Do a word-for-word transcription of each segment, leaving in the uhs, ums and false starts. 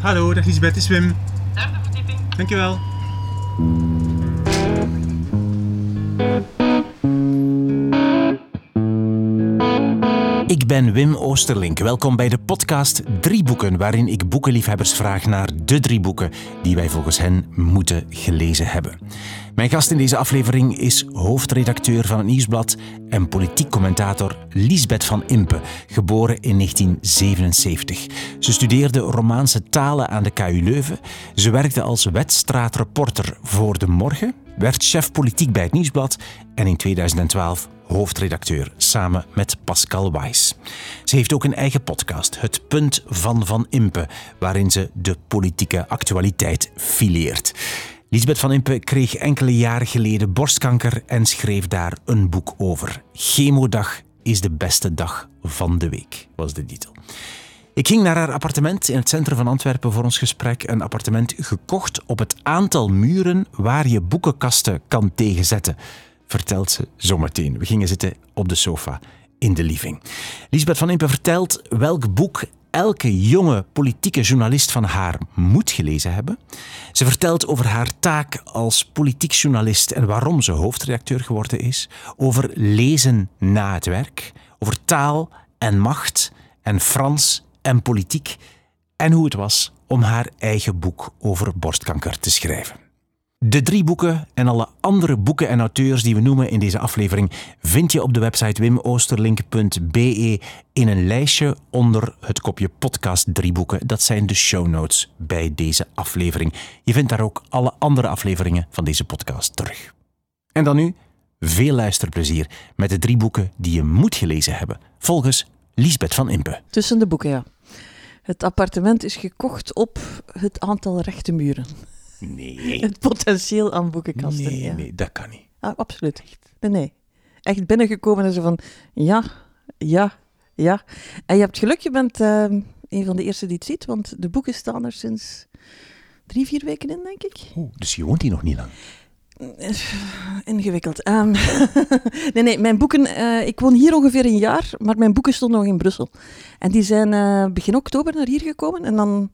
Hallo, dag Lisbeth, het is Wim. Derde verdieping. Dankjewel. Ik ben Wim Oosterlink. Welkom bij de podcast Drie Boeken, waarin ik boekenliefhebbers vraag naar de drie boeken die wij volgens hen moeten gelezen hebben. Mijn gast in deze aflevering is hoofdredacteur van het Nieuwsblad en politiek commentator Liesbeth van Impe, geboren in negentien zevenenzeventig. Ze studeerde Romaanse talen aan de K U Leuven. Ze werkte als wedstraatreporter voor De Morgen, werd chef politiek bij het Nieuwsblad en in tweeduizend twaalf hoofdredacteur, samen met Pascal Wijs. Ze heeft ook een eigen podcast, Het Punt van Van Impe, waarin ze de politieke actualiteit fileert. Liesbeth van Impe kreeg enkele jaren geleden borstkanker en schreef daar een boek over. Chemodag is de beste dag van de week, was de titel. Ik ging naar haar appartement in het centrum van Antwerpen voor ons gesprek. Een appartement gekocht op het aantal muren waar je boekenkasten kan tegenzetten, vertelt ze zometeen. We gingen zitten op de sofa in de living. Liesbeth van Impe vertelt welk boek elke jonge politieke journalist van haar moet gelezen hebben. Ze vertelt over haar taak als politiek journalist en waarom ze hoofdredacteur geworden is. Over lezen na het werk. Over taal en macht en Frans en politiek. En hoe het was om haar eigen boek over borstkanker te schrijven. De drie boeken en alle andere boeken en auteurs die we noemen in deze aflevering vind je op de website wim oosterlink punt b e in een lijstje onder het kopje podcast drie boeken. Dat zijn de show notes bij deze aflevering. Je vindt daar ook alle andere afleveringen van deze podcast terug. En dan nu, veel luisterplezier met de drie boeken die je moet gelezen hebben, volgens Liesbeth van Impe. Tussen de boeken, ja. Het appartement is gekocht op het aantal rechte muren. Nee. Het potentieel aan boekenkasten. Nee, ja. nee, dat kan niet. Ah, absoluut. Nee, nee. Echt binnengekomen en zo van, ja, ja, ja. En je hebt geluk, je bent uh, een van de eerste die het ziet, want de boeken staan er sinds drie, vier weken in, denk ik. Oeh, dus je woont hier nog niet lang? Ingewikkeld. Um, nee, nee, mijn boeken... Uh, ik woon hier ongeveer een jaar, maar mijn boeken stonden nog in Brussel. En die zijn uh, begin oktober naar hier gekomen en dan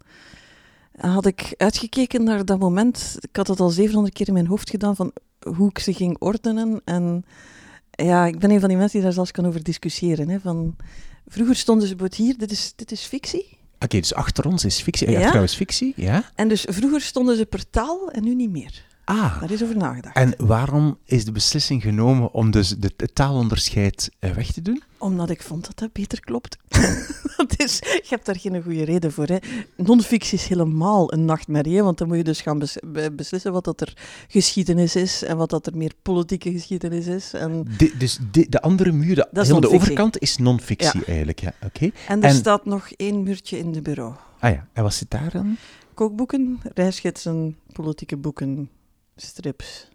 had ik uitgekeken naar dat moment. Ik had het al zevenhonderd keer in mijn hoofd gedaan van hoe ik ze ging ordenen. En ja, ik ben een van die mensen die daar zelfs kan over discussiëren. Hè, van, vroeger stonden ze bijvoorbeeld hier, dit is, dit is fictie. Oké, okay, dus achter ons is fictie. Ja, ja, trouwens fictie, ja. En dus vroeger stonden ze per taal en nu niet meer. Ah. Daar is over nagedacht. En waarom is de beslissing genomen om dus de, het taalonderscheid weg te doen? Omdat ik vond dat dat beter klopt. dat is, je hebt daar geen goede reden voor. Hè. Non-fictie is helemaal een nachtmerrie, hè, want dan moet je dus gaan bes- beslissen wat dat er geschiedenis is en wat dat er meer politieke geschiedenis is. En de, dus de, de andere muur, de, helemaal de overkant, is non-fictie ja. eigenlijk. Ja, okay. En er en... staat nog één muurtje in de bureau. Ah ja, en wat zit daar dan? Kookboeken, reisgidsen, politieke boeken, strips.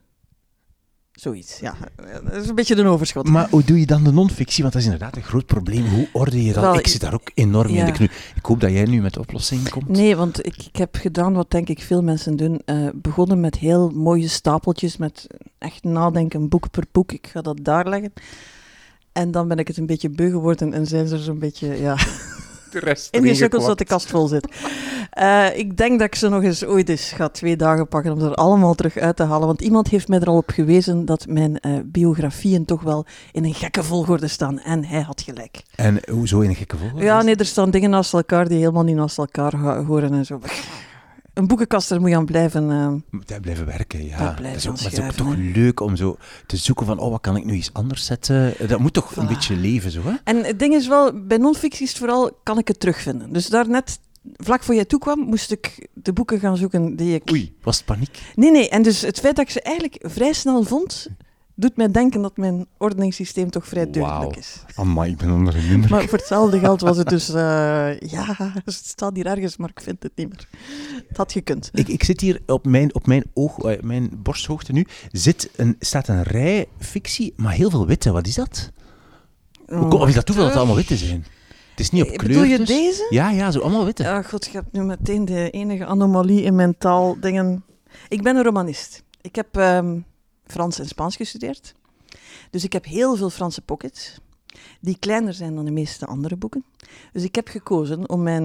Zoiets, ja. Dat is een beetje een overschot. Maar hoe doe je dan de non-fictie? Want dat is inderdaad een groot probleem. Hoe orde je dat? Wel, ik zit daar ook enorm ja. in de knu. Ik hoop dat jij nu met de oplossing komt. Nee, want ik, ik heb gedaan wat denk ik veel mensen doen. Uh, begonnen met heel mooie stapeltjes, met echt nadenken, boek per boek. Ik ga dat daar leggen. En dan ben ik het een beetje beu geworden en zijn ze er zo'n beetje, ja... ingesukkeld zodat de kast vol zit. Uh, ik denk dat ik ze nog eens ooit eens ga twee dagen pakken om er allemaal terug uit te halen. Want iemand heeft mij er al op gewezen dat mijn uh, biografieën toch wel in een gekke volgorde staan. En hij had gelijk. En hoezo in een gekke volgorde? Ja, nee, er staan dingen naast elkaar die helemaal niet naast elkaar horen en zo. Een boekenkast, daar moet je aan blijven... Uh, daar blijven werken, ja. Blijven dat is ook, schrijven, maar het is ook toch leuk om zo te zoeken van, oh, wat kan ik nu iets anders zetten? Dat moet toch voilà. een beetje leven, zo, hè? En het ding is wel, bij non-fictie is het vooral, kan ik het terugvinden. Dus daar net, vlak voor jij toekwam, moest ik de boeken gaan zoeken die ik... Oei, was het paniek? Nee, nee. En dus het feit dat ik ze eigenlijk vrij snel vond... doet mij denken dat mijn ordeningssysteem toch vrij deugdelijk wow. is. Amai, ik ben onder een indruk. Maar voor hetzelfde geld was het dus... Uh, ja, het staat hier ergens, maar ik vind het niet meer. Het had gekund. Ik, ik zit hier op mijn, op mijn oog, uh, mijn borsthoogte nu, zit een, staat een rij fictie, maar heel veel witte. Wat is dat? Hoe, of is dat toeval dat het allemaal witte zijn? Het is niet op kleur. Bedoel je dus. deze? Ja, ja, zo allemaal witte. Ja, god, je hebt nu meteen de enige anomalie in mijn taaldingen. Ik ben een romanist. Ik heb um, Frans en Spaans gestudeerd. Dus ik heb heel veel Franse pockets, die kleiner zijn dan de meeste andere boeken. Dus ik heb gekozen om mijn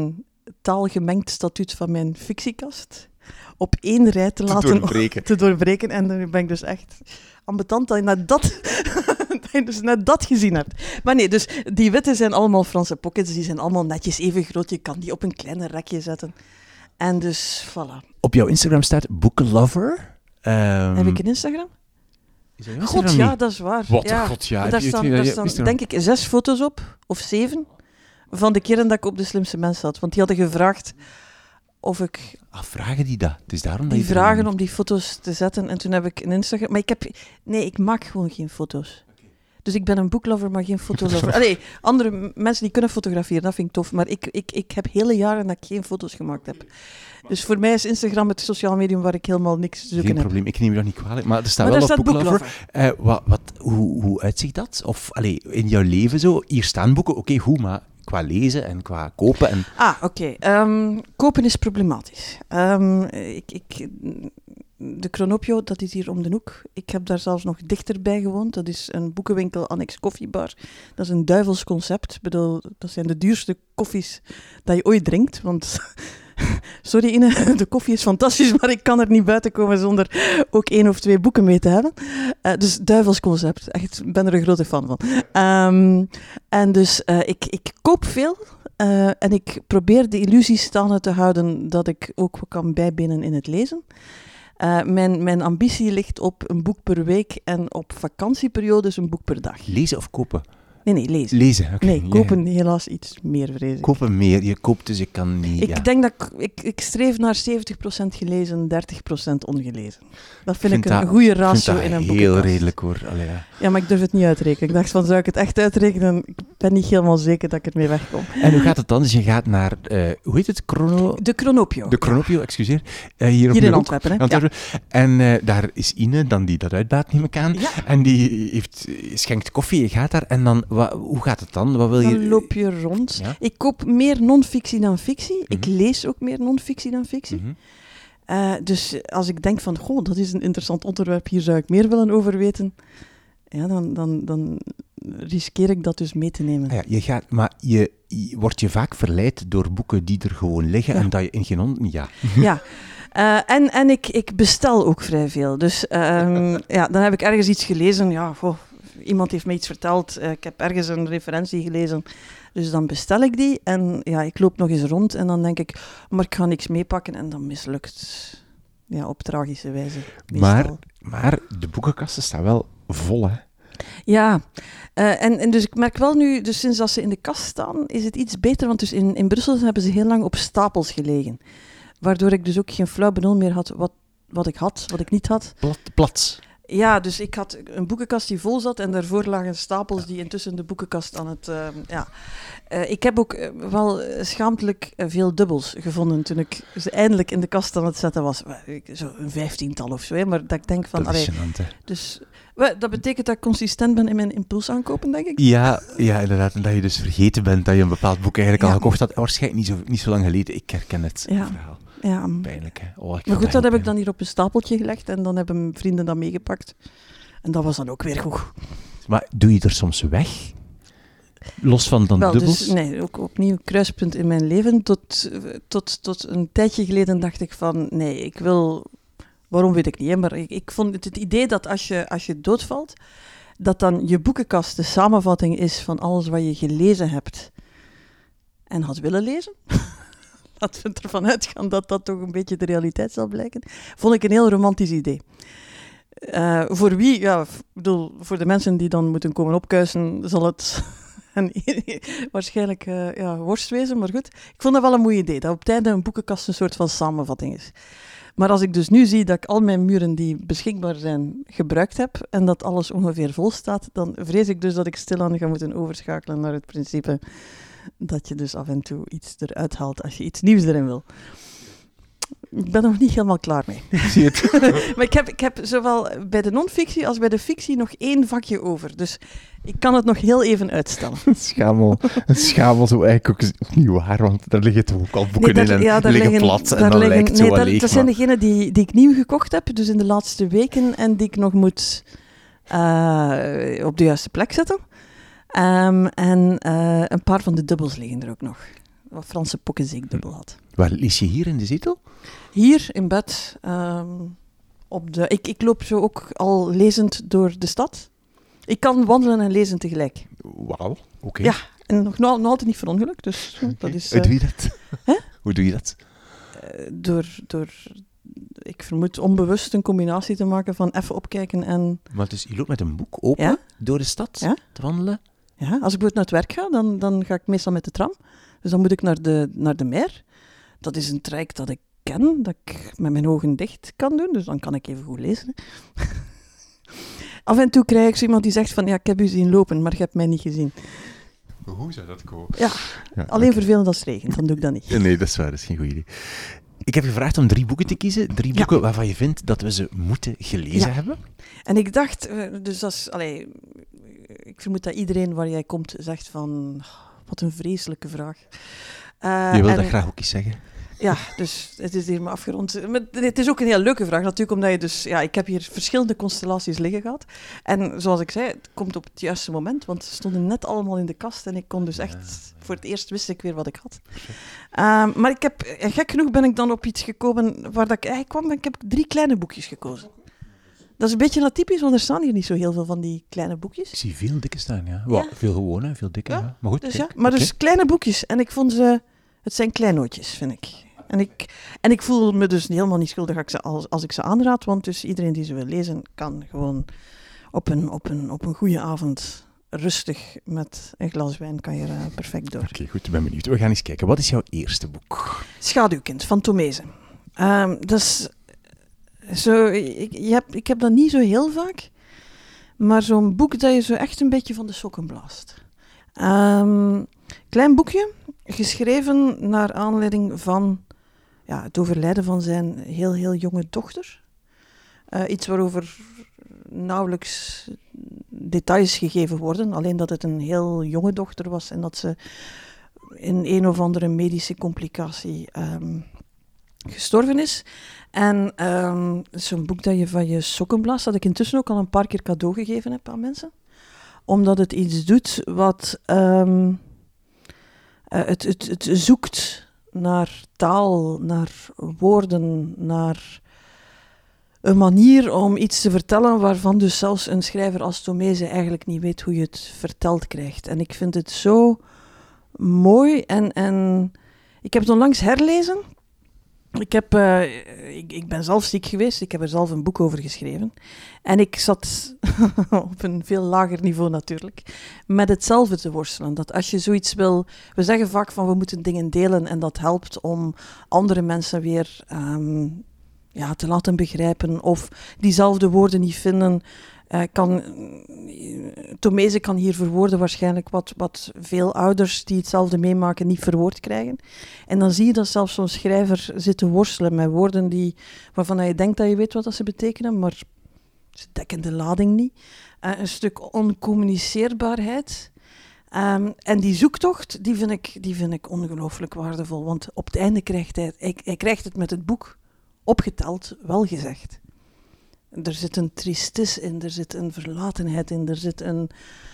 taalgemengd statuut van mijn fictiekast op één rij te, te laten doorbreken. te doorbreken. En dan ben ik dus echt ambetant dat je net dat, dat, je dus net dat gezien hebt. Maar nee, dus die witte zijn allemaal Franse pockets, die zijn allemaal netjes even groot. Je kan die op een kleiner rekje zetten. En dus, voilà. Op jouw Instagram staat Booklover. Um, Heb ik een Instagram? Is dat jouw God, Instagram ja, niet? dat is waar. Wat ja. een god, ja. Daar Heb je- staan, heb je- daar heb je staan Instagram? denk ik zes foto's op, of zeven, van de keren dat ik op De Slimste Mens zat. Want die hadden gevraagd of ik... Ah, vragen die dat? Het is daarom dat Die je... vragen om die foto's te zetten. En toen heb ik een Instagram... Maar ik heb... Nee, ik maak gewoon geen foto's. Dus ik ben een boeklover, maar geen fotolover. Allee, andere m- mensen die kunnen fotograferen, dat vind ik tof. Maar ik, ik, ik heb hele jaren dat ik geen foto's gemaakt heb. Dus voor mij is Instagram het sociaal medium waar ik helemaal niks te zoeken Geen heb. probleem, ik neem je dat niet kwalijk. Maar er staat Maar wel daar op staat Booklover. boeklover. Eh, wat, wat, hoe, hoe uitziet dat? Of allee, in jouw leven zo? Hier staan boeken, oké, goed, maar qua lezen en qua kopen en... Ah, oké. Ehm, kopen is problematisch. Ehm, ik, ik, de Chronopio, dat is hier om de hoek. Ik heb daar zelfs nog dichterbij gewoond. Dat is een boekenwinkel annex koffiebar. Dat is een duivels concept. Ik bedoel, dat zijn de duurste koffies dat je ooit drinkt. Want, sorry Ine, de koffie is fantastisch, maar ik kan er niet buiten komen zonder ook één of twee boeken mee te hebben. Uh, dus duivels concept. Echt, ik ben er een grote fan van. Um, en dus, uh, ik, ik koop veel. Uh, en ik probeer de illusie staande te houden dat ik ook kan bijbenen in het lezen. Uh, mijn, mijn ambitie ligt op een boek per week en op vakantieperiodes een boek per dag. Lezen of kopen? Nee, nee, lezen. Lezen, oké. Nee, ja. kopen helaas iets meer, vrees ik. Kopen meer, je koopt dus je kan niet... Ik ja. denk dat ik, ik, ik streef naar zeventig procent gelezen, dertig procent ongelezen. Dat vind, Vind ik een dat- goede Ik vind ratio dat in een heel boekenkast. redelijk hoor. Allee, ja. Ja, maar ik durf het niet uitrekenen. Ik dacht van, zou ik het echt uitrekenen? Ik ben niet helemaal zeker dat ik ermee wegkom. En hoe gaat het dan? Dus je gaat naar, uh, hoe heet het? Chrono... De Chronopio. De Chronopio, excuseer. Uh, hier op Hier de in hoek. Antwerpen, hè? Antwerpen. En uh, daar is Ine, dan die dat uitbaat, neem ik aan. Ja. En die heeft, schenkt koffie, je gaat daar. En dan, wa, hoe gaat het dan? Wat wil je... Dan loop je rond. Ja? Ik koop meer non-fictie dan fictie. Mm-hmm. Ik lees ook meer non-fictie dan fictie. Mm-hmm. Uh, dus als ik denk van, goh, dat is een interessant onderwerp, hier zou ik meer willen over weten, ja, dan, dan, dan riskeer ik dat dus mee te nemen. Ah ja, je gaat, maar je, je, word je vaak verleid door boeken die er gewoon liggen Ja. en dat je in geen hond... Ja. Ja. Uh, en en ik, ik bestel ook vrij veel. Dus um, ja, dan heb ik ergens iets gelezen. Ja, goh, iemand heeft me iets verteld. Uh, ik heb ergens een referentie gelezen. Dus dan bestel ik die. En ja, ik loop nog eens rond. En dan denk ik, maar ik ga niks meepakken. En dan mislukt. Ja, op tragische wijze. Meestal. Maar, maar de boekenkasten staan wel vol, hè? Ja, uh, en, en dus ik merk wel nu, dus sinds dat ze in de kast staan, is het iets beter. Want dus in, in Brussel hebben ze heel lang op stapels gelegen. Waardoor ik dus ook geen flauw benul meer had wat, wat ik had, wat ik niet had. Plat, plat. Ja, dus ik had een boekenkast die vol zat en daarvoor lagen stapels die intussen de boekenkast aan het... Uh, ja. Uh, ik heb ook uh, wel schaamtelijk uh, veel dubbels gevonden toen ik ze eindelijk in de kast aan het zetten was. Zo een vijftiental of zo, hè, maar dat ik denk van... Dat is allee, gênant, hè. Dus dat betekent dat ik consistent ben in mijn impuls aankopen, denk ik. Ja, ja, inderdaad. En dat je dus vergeten bent dat je een bepaald boek eigenlijk Ja. al gekocht had. Waarschijnlijk niet zo, niet zo lang geleden. Ik herken het Ja. verhaal. Ja. Pijnlijk, hè. Oh, ik Maar vond goed, dat heb ik pijnlijk. dan hier op een stapeltje gelegd en dan hebben mijn vrienden dat meegepakt. En dat was dan ook weer goed. Maar doe je er soms weg? Los van dan Wel, dubbels? dus, nee, ook opnieuw een kruispunt in mijn leven. Tot, tot, tot een tijdje geleden dacht ik van, nee, ik wil... Waarom weet ik niet, hè, maar ik, ik vond het, het idee dat als je, als je doodvalt, dat dan je boekenkast de samenvatting is van alles wat je gelezen hebt en had willen lezen. Laten we ervan uitgaan dat dat toch een beetje de realiteit zal blijken. Vond ik een heel romantisch idee. Uh, voor wie? Ja, ik bedoel, voor de mensen die dan moeten komen opkuisen, zal het een, waarschijnlijk uh, ja, worst wezen, maar goed. Ik vond dat wel een mooi idee, dat op het einde een boekenkast een soort van samenvatting is. Maar als ik dus nu zie dat ik al mijn muren die beschikbaar zijn gebruikt heb en dat alles ongeveer vol staat, dan vrees ik dus dat ik stilaan ga moeten overschakelen naar het principe dat je dus af en toe iets eruit haalt als je iets nieuws erin wil. Ik ben er nog niet helemaal klaar mee. Ik zie het. Maar ik heb, ik heb zowel bij de non-fictie als bij de fictie nog één vakje over. Dus ik kan het nog heel even uitstellen. Schamel. Een schamel zo eigenlijk ook is niet waar, want daar liggen toch ook al boeken Nee, daar- in en ja, daar liggen liggen- plat en daar dan liggen- lijkt het nee, zo wel dat, leeg. dat zijn maar- degenen die, die ik nieuw gekocht heb, dus in de laatste weken, en die ik nog moet uh, op de juiste plek zetten. Um, en uh, een paar van de dubbels liggen er ook nog. wat Franse pokkenzeekdubbel had. Waar lees je hier in de zetel? Hier in bed. Um, op de, ik, ik loop zo ook al lezend door de stad. Ik kan wandelen en lezen tegelijk. Wauw, oké. Okay. Ja, en nog, nog altijd niet verongelukt. Dus, okay. dat is, uh, Hoe doe je dat? Hè? Hoe doe je dat? Uh, door, door, ik vermoed onbewust een combinatie te maken van even opkijken en... Maar dus je loopt met een boek open ja? door de stad ja? te wandelen? Ja, als ik bijvoorbeeld naar het werk ga, dan, dan ga ik meestal met de tram. Dus dan moet ik naar de, naar de mer. Dat is een traject dat ik ken, dat ik met mijn ogen dicht kan doen. Dus dan kan ik even goed lezen. Af en toe krijg ik zo iemand die zegt van, ja, ik heb u zien lopen, maar je hebt mij niet gezien. Hoe zou dat komen? Ja, ja alleen okay. vervelend als het regent, dan doe ik dat niet. Nee, dat is waar, dat is geen goed idee. Ik heb je gevraagd om drie boeken te kiezen. Drie boeken ja. waarvan je vindt dat we ze moeten gelezen ja. hebben. En ik dacht, dus dat is, allee, ik vermoed dat iedereen waar jij komt zegt van, wat een vreselijke vraag. Uh, je wil en, dat graag ook eens zeggen. Ja, dus het is hier maar afgerond. Maar het is ook een heel leuke vraag natuurlijk, omdat je dus... Ja, ik heb hier verschillende constellaties liggen gehad. En zoals ik zei, het komt op het juiste moment, want ze stonden net allemaal in de kast en ik kon dus echt... Ja. Voor het eerst wist ik weer wat ik had. Um, maar ik heb, gek genoeg ben ik dan op iets gekomen waar dat ik eigenlijk kwam. Ik heb drie kleine boekjes gekozen. Dat is een beetje atypisch, want er staan hier niet zo heel veel van die kleine boekjes. Ik zie veel dikke staan, ja. ja. Wow, veel gewone, veel dikke, ja. ja. Maar goed, dus kijk. ja, maar okay. dus kleine boekjes. En ik vond ze... Het zijn kleinootjes, vind ik. En ik, en ik voel me dus helemaal niet schuldig als ik, ze, als, als ik ze aanraad, want dus iedereen die ze wil lezen, kan gewoon op een, op een, op een goede avond rustig met een glas wijn kan je er perfect door. Oké, okay, goed, ik ben benieuwd. We gaan eens kijken. Wat is jouw eerste boek? Schaduwkind van Tomezen. Um, dat is zo, ik, je hebt, ik heb dat niet zo heel vaak, maar zo'n boek dat je zo echt een beetje van de sokken blaast. Um, klein boekje, geschreven naar aanleiding van ja, het overlijden van zijn heel, heel jonge dochter. Uh, iets waarover nauwelijks details gegeven worden, alleen dat het een heel jonge dochter was en dat ze in een of andere medische complicatie um, gestorven is. En um, zo'n boek dat je van je sokken blaast, dat ik intussen ook al een paar keer cadeau gegeven heb aan mensen. Omdat het iets doet wat... Um, uh, het, het, het zoekt naar taal, naar woorden, naar een manier om iets te vertellen waarvan dus zelfs een schrijver als Tomezen eigenlijk niet weet hoe je het verteld krijgt. En ik vind het zo mooi en, en ik heb het onlangs herlezen. Ik, heb, uh, ik, ik ben zelf ziek geweest, ik heb er zelf een boek over geschreven. En ik zat op een veel lager niveau natuurlijk, met hetzelfde te worstelen. Dat als je zoiets wil... We zeggen vaak van we moeten dingen delen en dat helpt om andere mensen weer um, ja, te laten begrijpen of diezelfde woorden niet vinden. Uh, kan, Tomezen kan hier verwoorden waarschijnlijk wat, wat veel ouders die hetzelfde meemaken niet verwoord krijgen. En dan zie je dat zelfs zo'n schrijver zit te worstelen met woorden die, waarvan je denkt dat je weet wat dat ze betekenen, maar ze dekken de lading niet. Uh, een stuk oncommuniceerbaarheid. Um, en die zoektocht, die vind ik, die vind ik ongelooflijk waardevol. Want op het einde krijgt hij, hij, hij krijgt het met het boek opgeteld wel gezegd. Er zit een tristes in, er zit een verlatenheid in, er zit een,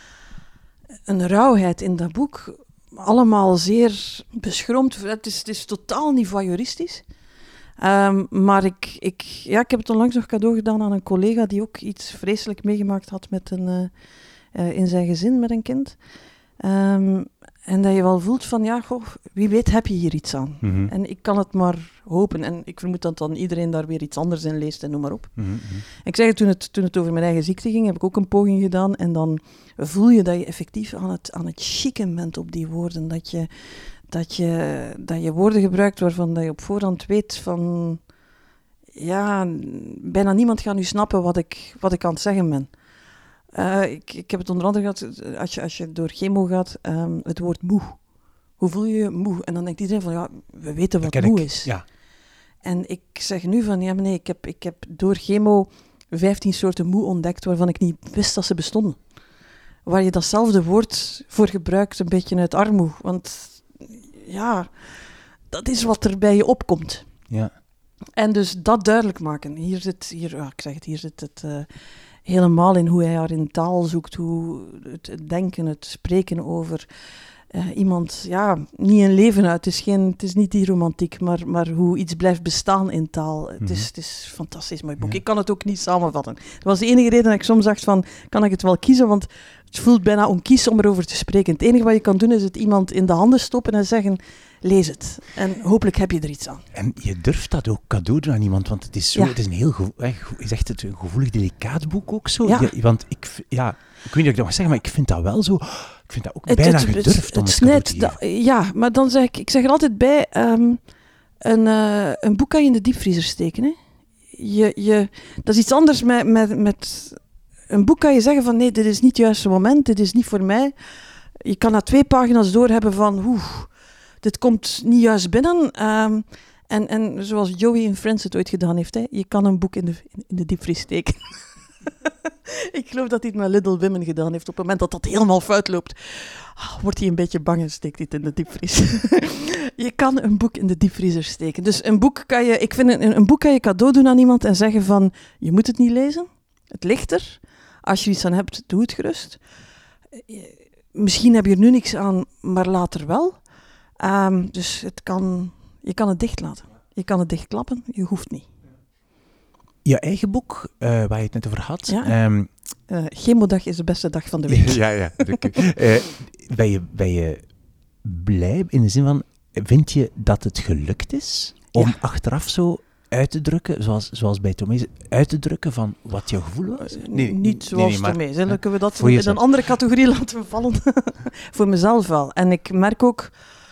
een rauwheid in dat boek. Allemaal zeer beschroomd. Het is, het is totaal niet voyeuristisch. Um, maar ik, ik, ja, ik heb het onlangs nog cadeau gedaan aan een collega die ook iets vreselijk meegemaakt had met een, uh, uh, in zijn gezin met een kind. Um, en dat je wel voelt van, ja, goh, wie weet heb je hier iets aan. Mm-hmm. En ik kan het maar hopen. En ik vermoed dat dan iedereen daar weer iets anders in leest en noem maar op. Mm-hmm. Ik zeg het toen, het, toen het over mijn eigen ziekte ging, heb ik ook een poging gedaan. En dan voel je dat je effectief aan het, aan het chicken bent op die woorden. Dat je, dat, je, dat je woorden gebruikt waarvan dat je op voorhand weet van... Ja, bijna niemand gaat nu snappen wat ik, wat ik aan het zeggen ben. Uh, ik, ik heb het onder andere gehad, als je, als je door chemo gaat, um, het woord moe. Hoe voel je je moe? En dan denkt iedereen van, ja, we weten wat moe ik. is. Ja. En ik zeg nu van, ja, maar nee, ik heb, ik heb door chemo vijftien soorten moe ontdekt waarvan ik niet wist dat ze bestonden. Waar je datzelfde woord voor gebruikt, een beetje uit armoe. Want, ja, dat is wat er bij je opkomt. Ja. En dus dat duidelijk maken. Hier zit, hier, ja, ik zeg het, hier zit het... Uh, helemaal in hoe hij haar in taal zoekt, hoe het, het denken, het spreken over uh, iemand, ja, niet een leven uit. Het is, geen, het is niet die romantiek, maar, maar hoe iets blijft bestaan in taal. Mm-hmm. Het, is, het is een fantastisch mooi boek. Ja. Ik kan het ook niet samenvatten. Dat was de enige reden dat ik soms dacht van, kan ik het wel kiezen? Want het voelt bijna onkies om erover te spreken. Het enige wat je kan doen, is het iemand in de handen stoppen en zeggen, lees het. En hopelijk heb je er iets aan. En je durft dat ook cadeau doen aan iemand, want het is zo, ja. het is een heel, gevo- je zegt het, een gevoelig, delicaat boek ook zo. Ja. Je, want ik, ja, ik weet niet of ik dat mag zeggen, maar ik vind dat wel zo, ik vind dat ook het, bijna het, gedurfd het, om het, het cadeau te geven. Da, ja, maar dan zeg ik, ik zeg er altijd bij, um, een, uh, een boek kan je in de diepvriezer steken. Hè? Je, je, dat is iets anders met, met, met een boek kan je zeggen van nee, dit is niet het juiste moment, dit is niet voor mij. Je kan na twee pagina's doorhebben van oeh, dit komt niet juist binnen. Um, en, en zoals Joey in Friends het ooit gedaan heeft, hè, je kan een boek in de, in de diepvries steken. Ik geloof dat hij het met Little Women gedaan heeft. Op het moment dat dat helemaal fout loopt, wordt hij een beetje bang en steekt hij het in de diepvries. Je kan een boek in de diepvriezer steken. Dus een boek kan je, ik vind een, een boek kan je cadeau doen aan iemand en zeggen van, je moet het niet lezen. Het ligt er. Als je iets aan hebt, doe het gerust. Misschien heb je er nu niks aan, maar later wel. Um, dus het kan, je kan het dicht laten. Je kan het dichtklappen, je hoeft niet. Je eigen boek, uh, waar je het net over had. Ja. Um, uh, chemodag is de beste dag van de week. ja, ja. uh, ben, je, ben je blij in de zin van, vind je dat het gelukt is om ja. achteraf zo uit te drukken, zoals, zoals bij Tomees, uit te drukken van wat jouw gevoel was? Nee, niet zoals nee, nee, Tomees. Dan kunnen we dat in een andere categorie laten vallen. Voor mezelf wel. En ik merk ook...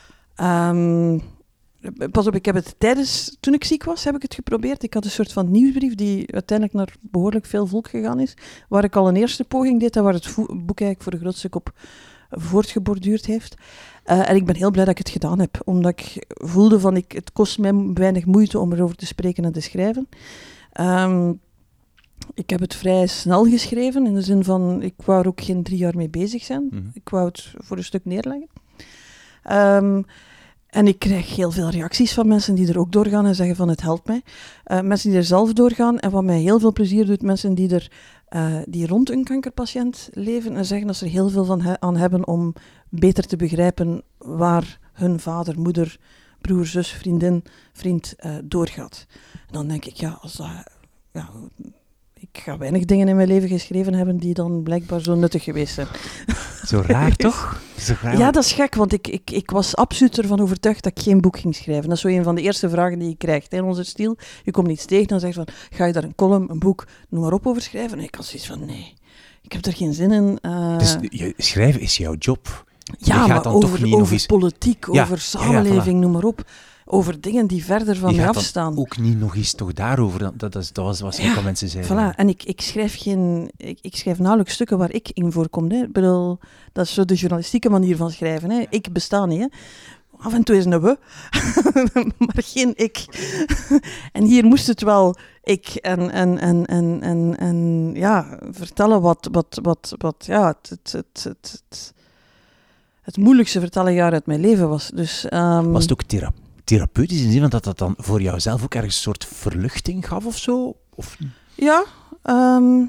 Um, pas op, ik heb het tijdens... Toen ik ziek was, heb ik het geprobeerd. Ik had een soort van nieuwsbrief die uiteindelijk naar behoorlijk veel volk gegaan is. Waar ik al een eerste poging deed en waar het vo- boek eigenlijk voor een groot stuk op voortgeborduurd heeft. Uh, en ik ben heel blij dat ik het gedaan heb. Omdat ik voelde van, ik, het kost mij weinig moeite om erover te spreken en te schrijven. Um, ik heb het vrij snel geschreven. In de zin van, ik wou er ook geen drie jaar mee bezig zijn. Mm-hmm. Ik wou het voor een stuk neerleggen. Um, en ik krijg heel veel reacties van mensen die er ook doorgaan en zeggen van, het helpt mij. Uh, mensen die er zelf doorgaan. En wat mij heel veel plezier doet, mensen die er... Uh, die rond een kankerpatiënt leven en zeggen dat ze er heel veel van he- aan hebben om beter te begrijpen waar hun vader, moeder, broer, zus, vriendin, vriend uh, doorgaat. En dan denk ik, ja, als dat, ja, ik ga weinig dingen in mijn leven geschreven hebben die dan blijkbaar zo nuttig geweest zijn. Zo raar, toch? Zo raar. Ja, dat is gek, want ik, ik, ik was absoluut ervan overtuigd dat ik geen boek ging schrijven. Dat is zo een van de eerste vragen die je krijgt in onze stijl. Je komt iets tegen, dan zeg je van, ga je daar een column, een boek, noem maar op over schrijven? En ik had zoiets van, nee, ik heb er geen zin in. Uh... Dus je, schrijven is jouw job? Ja, je gaat maar dan over, toch niet over eens... politiek, ja, over samenleving, ja, ja, noem maar op. Over dingen die verder van mij afstaan. Ook niet nog eens toch daarover. Dat, dat, dat was wat ja, mensen zeiden. Voilà. En ik, ik schrijf geen, ik, ik schrijf nauwelijks stukken waar ik in voorkom. Hè. Ik bedoel, dat is zo de journalistieke manier van schrijven. Hè. Ik besta niet. Hè. Af en toe is een we, maar geen ik. En hier moest het wel ik en, en, en, en, en, en ja, vertellen wat, wat, wat, wat ja, het, het, het, het, het, het moeilijkste vertellenjaar uit mijn leven was. Dus, um, was het ook therapie? Therapeutisch in de zin van dat dat dan voor jouzelf ook ergens een soort verluchting gaf of zo? Of? Ja, um,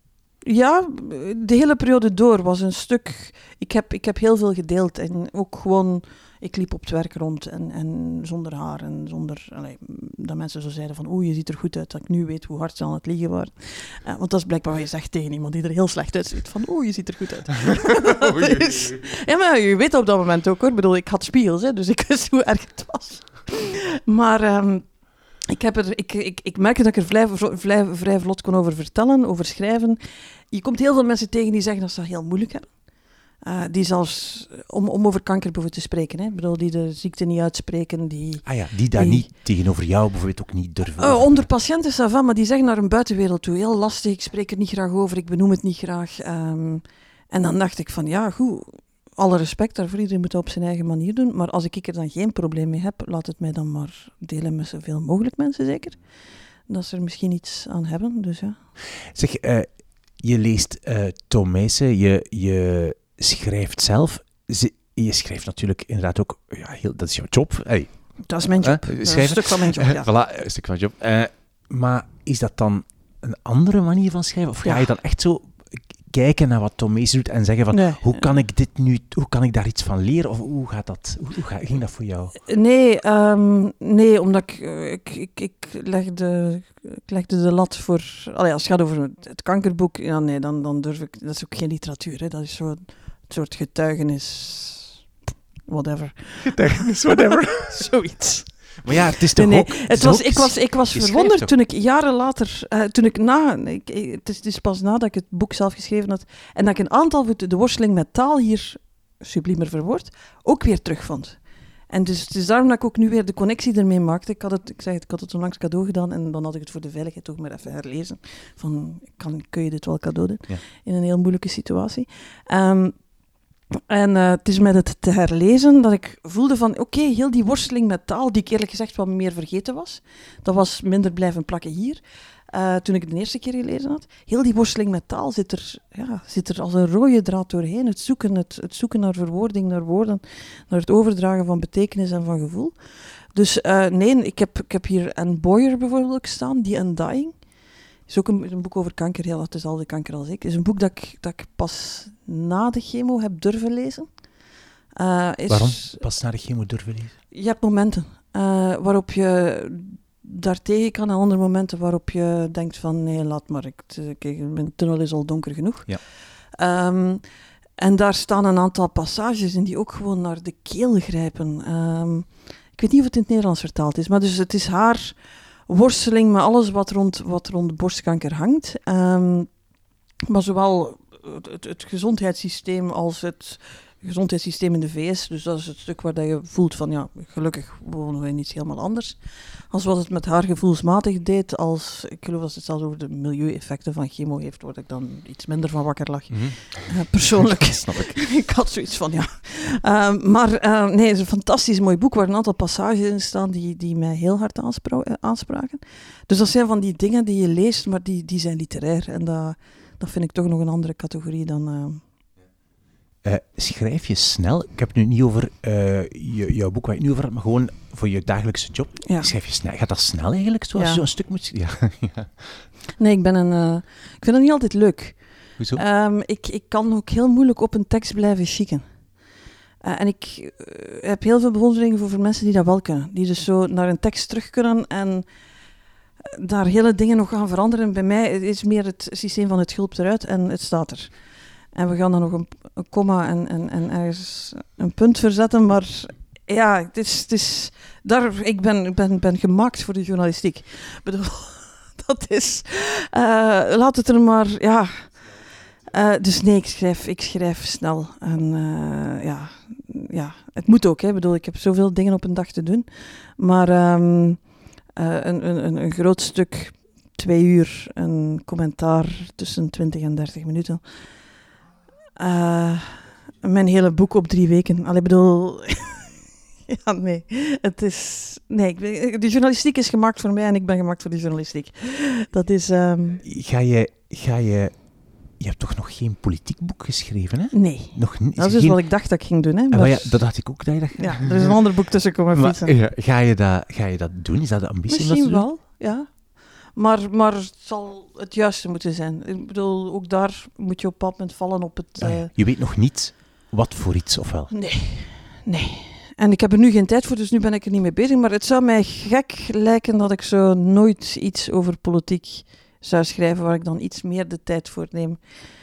ja, de hele periode door was een stuk... Ik heb, ik heb heel veel gedeeld en ook gewoon... Ik liep op het werk rond en, en zonder haar en zonder... Allee, dat mensen zo zeiden van, oeh, je ziet er goed uit, dat ik nu weet hoe hard ze aan het liegen waren. Uh, want dat is blijkbaar wat je zegt tegen iemand die er heel slecht uitziet. Van, oeh, je ziet er goed uit. Dus, ja, maar je weet op dat moment ook, hoor. Ik bedoel, ik had spiegels, hè, dus ik wist hoe erg het was. Maar... Um, Ik, heb er, ik, ik, ik merk dat ik er vrij, vrij, vrij vlot kon over vertellen, over schrijven. Je komt heel veel mensen tegen die zeggen dat ze dat heel moeilijk hebben. Uh, die zelfs, om, om over kanker bijvoorbeeld te spreken, hè. Ik bedoel, die de ziekte niet uitspreken. Die, ah ja, die daar die, niet tegenover jou bijvoorbeeld ook niet durven. Uh, onder patiënten, ça va, maar die zeggen naar een buitenwereld toe. Heel lastig, ik spreek er niet graag over, ik benoem het niet graag. Um, en dan dacht ik van, ja, goed... Alle respect daarvoor, iedereen moet dat op zijn eigen manier doen. Maar als ik er dan geen probleem mee heb, laat het mij dan maar delen met zoveel mogelijk mensen, zeker. Dat ze er misschien iets aan hebben, dus ja. Zeg, uh, je leest uh, Tomezen, je, je schrijft zelf. Je schrijft natuurlijk inderdaad ook, ja, heel, dat is jouw job. Hey. Dat is mijn job, uh, dat is een stuk van mijn job, ja. Voilà, een stuk van mijn job. Uh, maar is dat dan een andere manier van schrijven? Of ga ja. je dan echt zo... kijken naar wat Tom Meester doet en zeggen van, Nee. hoe kan ik dit nu, hoe kan ik daar iets van leren? Of hoe gaat dat, hoe, hoe ga- ging dat voor jou? Nee, um, nee, omdat ik, ik, ik, ik, legde, ik legde de lat voor... Allee, als het gaat over het, het kankerboek, ja, nee, dan, dan durf ik... Dat is ook geen literatuur, hè. Dat is zo'n soort getuigenis... Whatever. Getuigenis, whatever. Zoiets. Maar ja, het is toch Nee, nee. ook... Het is was, ook- ik was, ik was je schrijft verwonderd toch? toen ik jaren later, uh, toen ik na, ik, ik- het, is, het is pas nadat ik het boek zelf geschreven had, en dat ik een aantal van de de worsteling met taal hier, subliemer verwoord, ook weer terugvond. En dus het is daarom dat ik ook nu weer de connectie ermee maakte. Ik had het, ik zeg het, ik had het onlangs cadeau gedaan en dan had ik het voor de veiligheid ook maar even herlezen. Van, kan, kun je dit wel cadeau doen? Ja. In een heel moeilijke situatie. Um, En uh, het is met het te herlezen dat ik voelde van, oké, okay, heel die worsteling met taal, die ik eerlijk gezegd wat meer vergeten was, dat was minder blijven plakken hier, uh, toen ik het de eerste keer gelezen had. Heel die worsteling met taal zit er, ja, zit er als een rode draad doorheen. Het zoeken, het, het zoeken naar verwoording, naar woorden, naar het overdragen van betekenis en van gevoel. Dus uh, nee, ik heb, ik heb hier Anne Boyer bijvoorbeeld ook staan, die Undying. Het is ook een, een boek over kanker, heel wat dezelfde kanker als ik. Het is een boek dat ik, dat ik pas na de chemo heb durven lezen. Uh, is, Waarom? Pas na de chemo durven lezen? Je hebt momenten uh, waarop je daartegen kan en andere momenten waarop je denkt van nee, laat maar, ik, kijk, mijn tunnel is al donker genoeg. Ja. Um, en daar staan een aantal passages in die ook gewoon naar de keel grijpen. Um, ik weet niet of het in het Nederlands vertaald is, maar dus het is haar... worsteling met alles wat rond, wat rond borstkanker hangt. Um, maar zowel het, het, het gezondheidssysteem als het gezondheidssysteem in de V S, dus dat is het stuk waar dat je voelt van ja, gelukkig wonen we in iets helemaal anders. Als wat het met haar gevoelsmatig deed, als, ik geloof dat het zelfs over de milieueffecten van chemo heeft, word ik dan iets minder van wakker lag. Mm-hmm. Uh, persoonlijk. Snap ik. Ik had zoiets van, ja. Uh, maar uh, nee, het is een fantastisch mooi boek waar een aantal passages in staan die, die mij heel hard aanspra- uh, aanspraken. Dus dat zijn van die dingen die je leest, maar die, die zijn literair. En dat, dat vind ik toch nog een andere categorie dan... Uh... Uh, schrijf je snel? Ik heb het nu niet over uh, je, jouw boek waar je het nu over hebt, maar gewoon voor je dagelijkse job. Ja. Schrijf je snel? Gaat dat snel eigenlijk, zoals ja. je zo'n stuk moet... Ja. ja. Nee, ik ben een... Uh, ik vind dat niet altijd leuk. Hoezo? Um, ik, ik kan ook heel moeilijk op een tekst blijven chicken. Uh, en ik uh, heb heel veel bewondering voor mensen die dat wel kunnen. Die dus zo naar een tekst terug kunnen en daar hele dingen nog gaan veranderen. Bij mij is meer het systeem van het gulpt eruit en het staat er. En we gaan dan nog een, een komma en, en, en ergens een punt verzetten, maar ja, het is, het is, daar, ik ben, ben, ben gemaakt voor de journalistiek. Ik bedoel, dat is, uh, laat het er maar, ja. Uh, dus nee, ik schrijf, ik schrijf snel. En uh, ja, ja, het moet ook, hè. Ik bedoel, ik heb zoveel dingen op een dag te doen. Maar um, uh, een, een, een groot stuk, twee uur, een commentaar tussen twintig en dertig minuten. Uh, mijn hele boek op drie weken. Allee, ik bedoel... ja, nee. Het is... Nee, ik, de journalistiek is gemaakt voor mij en ik ben gemaakt voor de journalistiek. Dat is... Um... Ga je... Ga je... Je hebt toch nog geen politiek boek geschreven, hè? Nee. Nog niet. Dat is dus geen... wat ik dacht dat ik ging doen, hè. Maar... Ja, dat dacht ik ook dat je dat... Ja, er is een ander boek tussen komen fietsen. Maar, ga, je dat, ga je dat doen? Is dat de ambitie? Misschien om dat te wel, ja. Maar, maar het zal het juiste moeten zijn. Ik bedoel, ook daar moet je op een bepaald moment vallen op het... Ah, ja. uh... Je weet nog niet wat voor iets, of wel? Nee, nee. En ik heb er nu geen tijd voor, dus nu ben ik er niet mee bezig. Maar het zou mij gek lijken dat ik zo nooit iets over politiek zou schrijven, waar ik dan iets meer de tijd voor neem.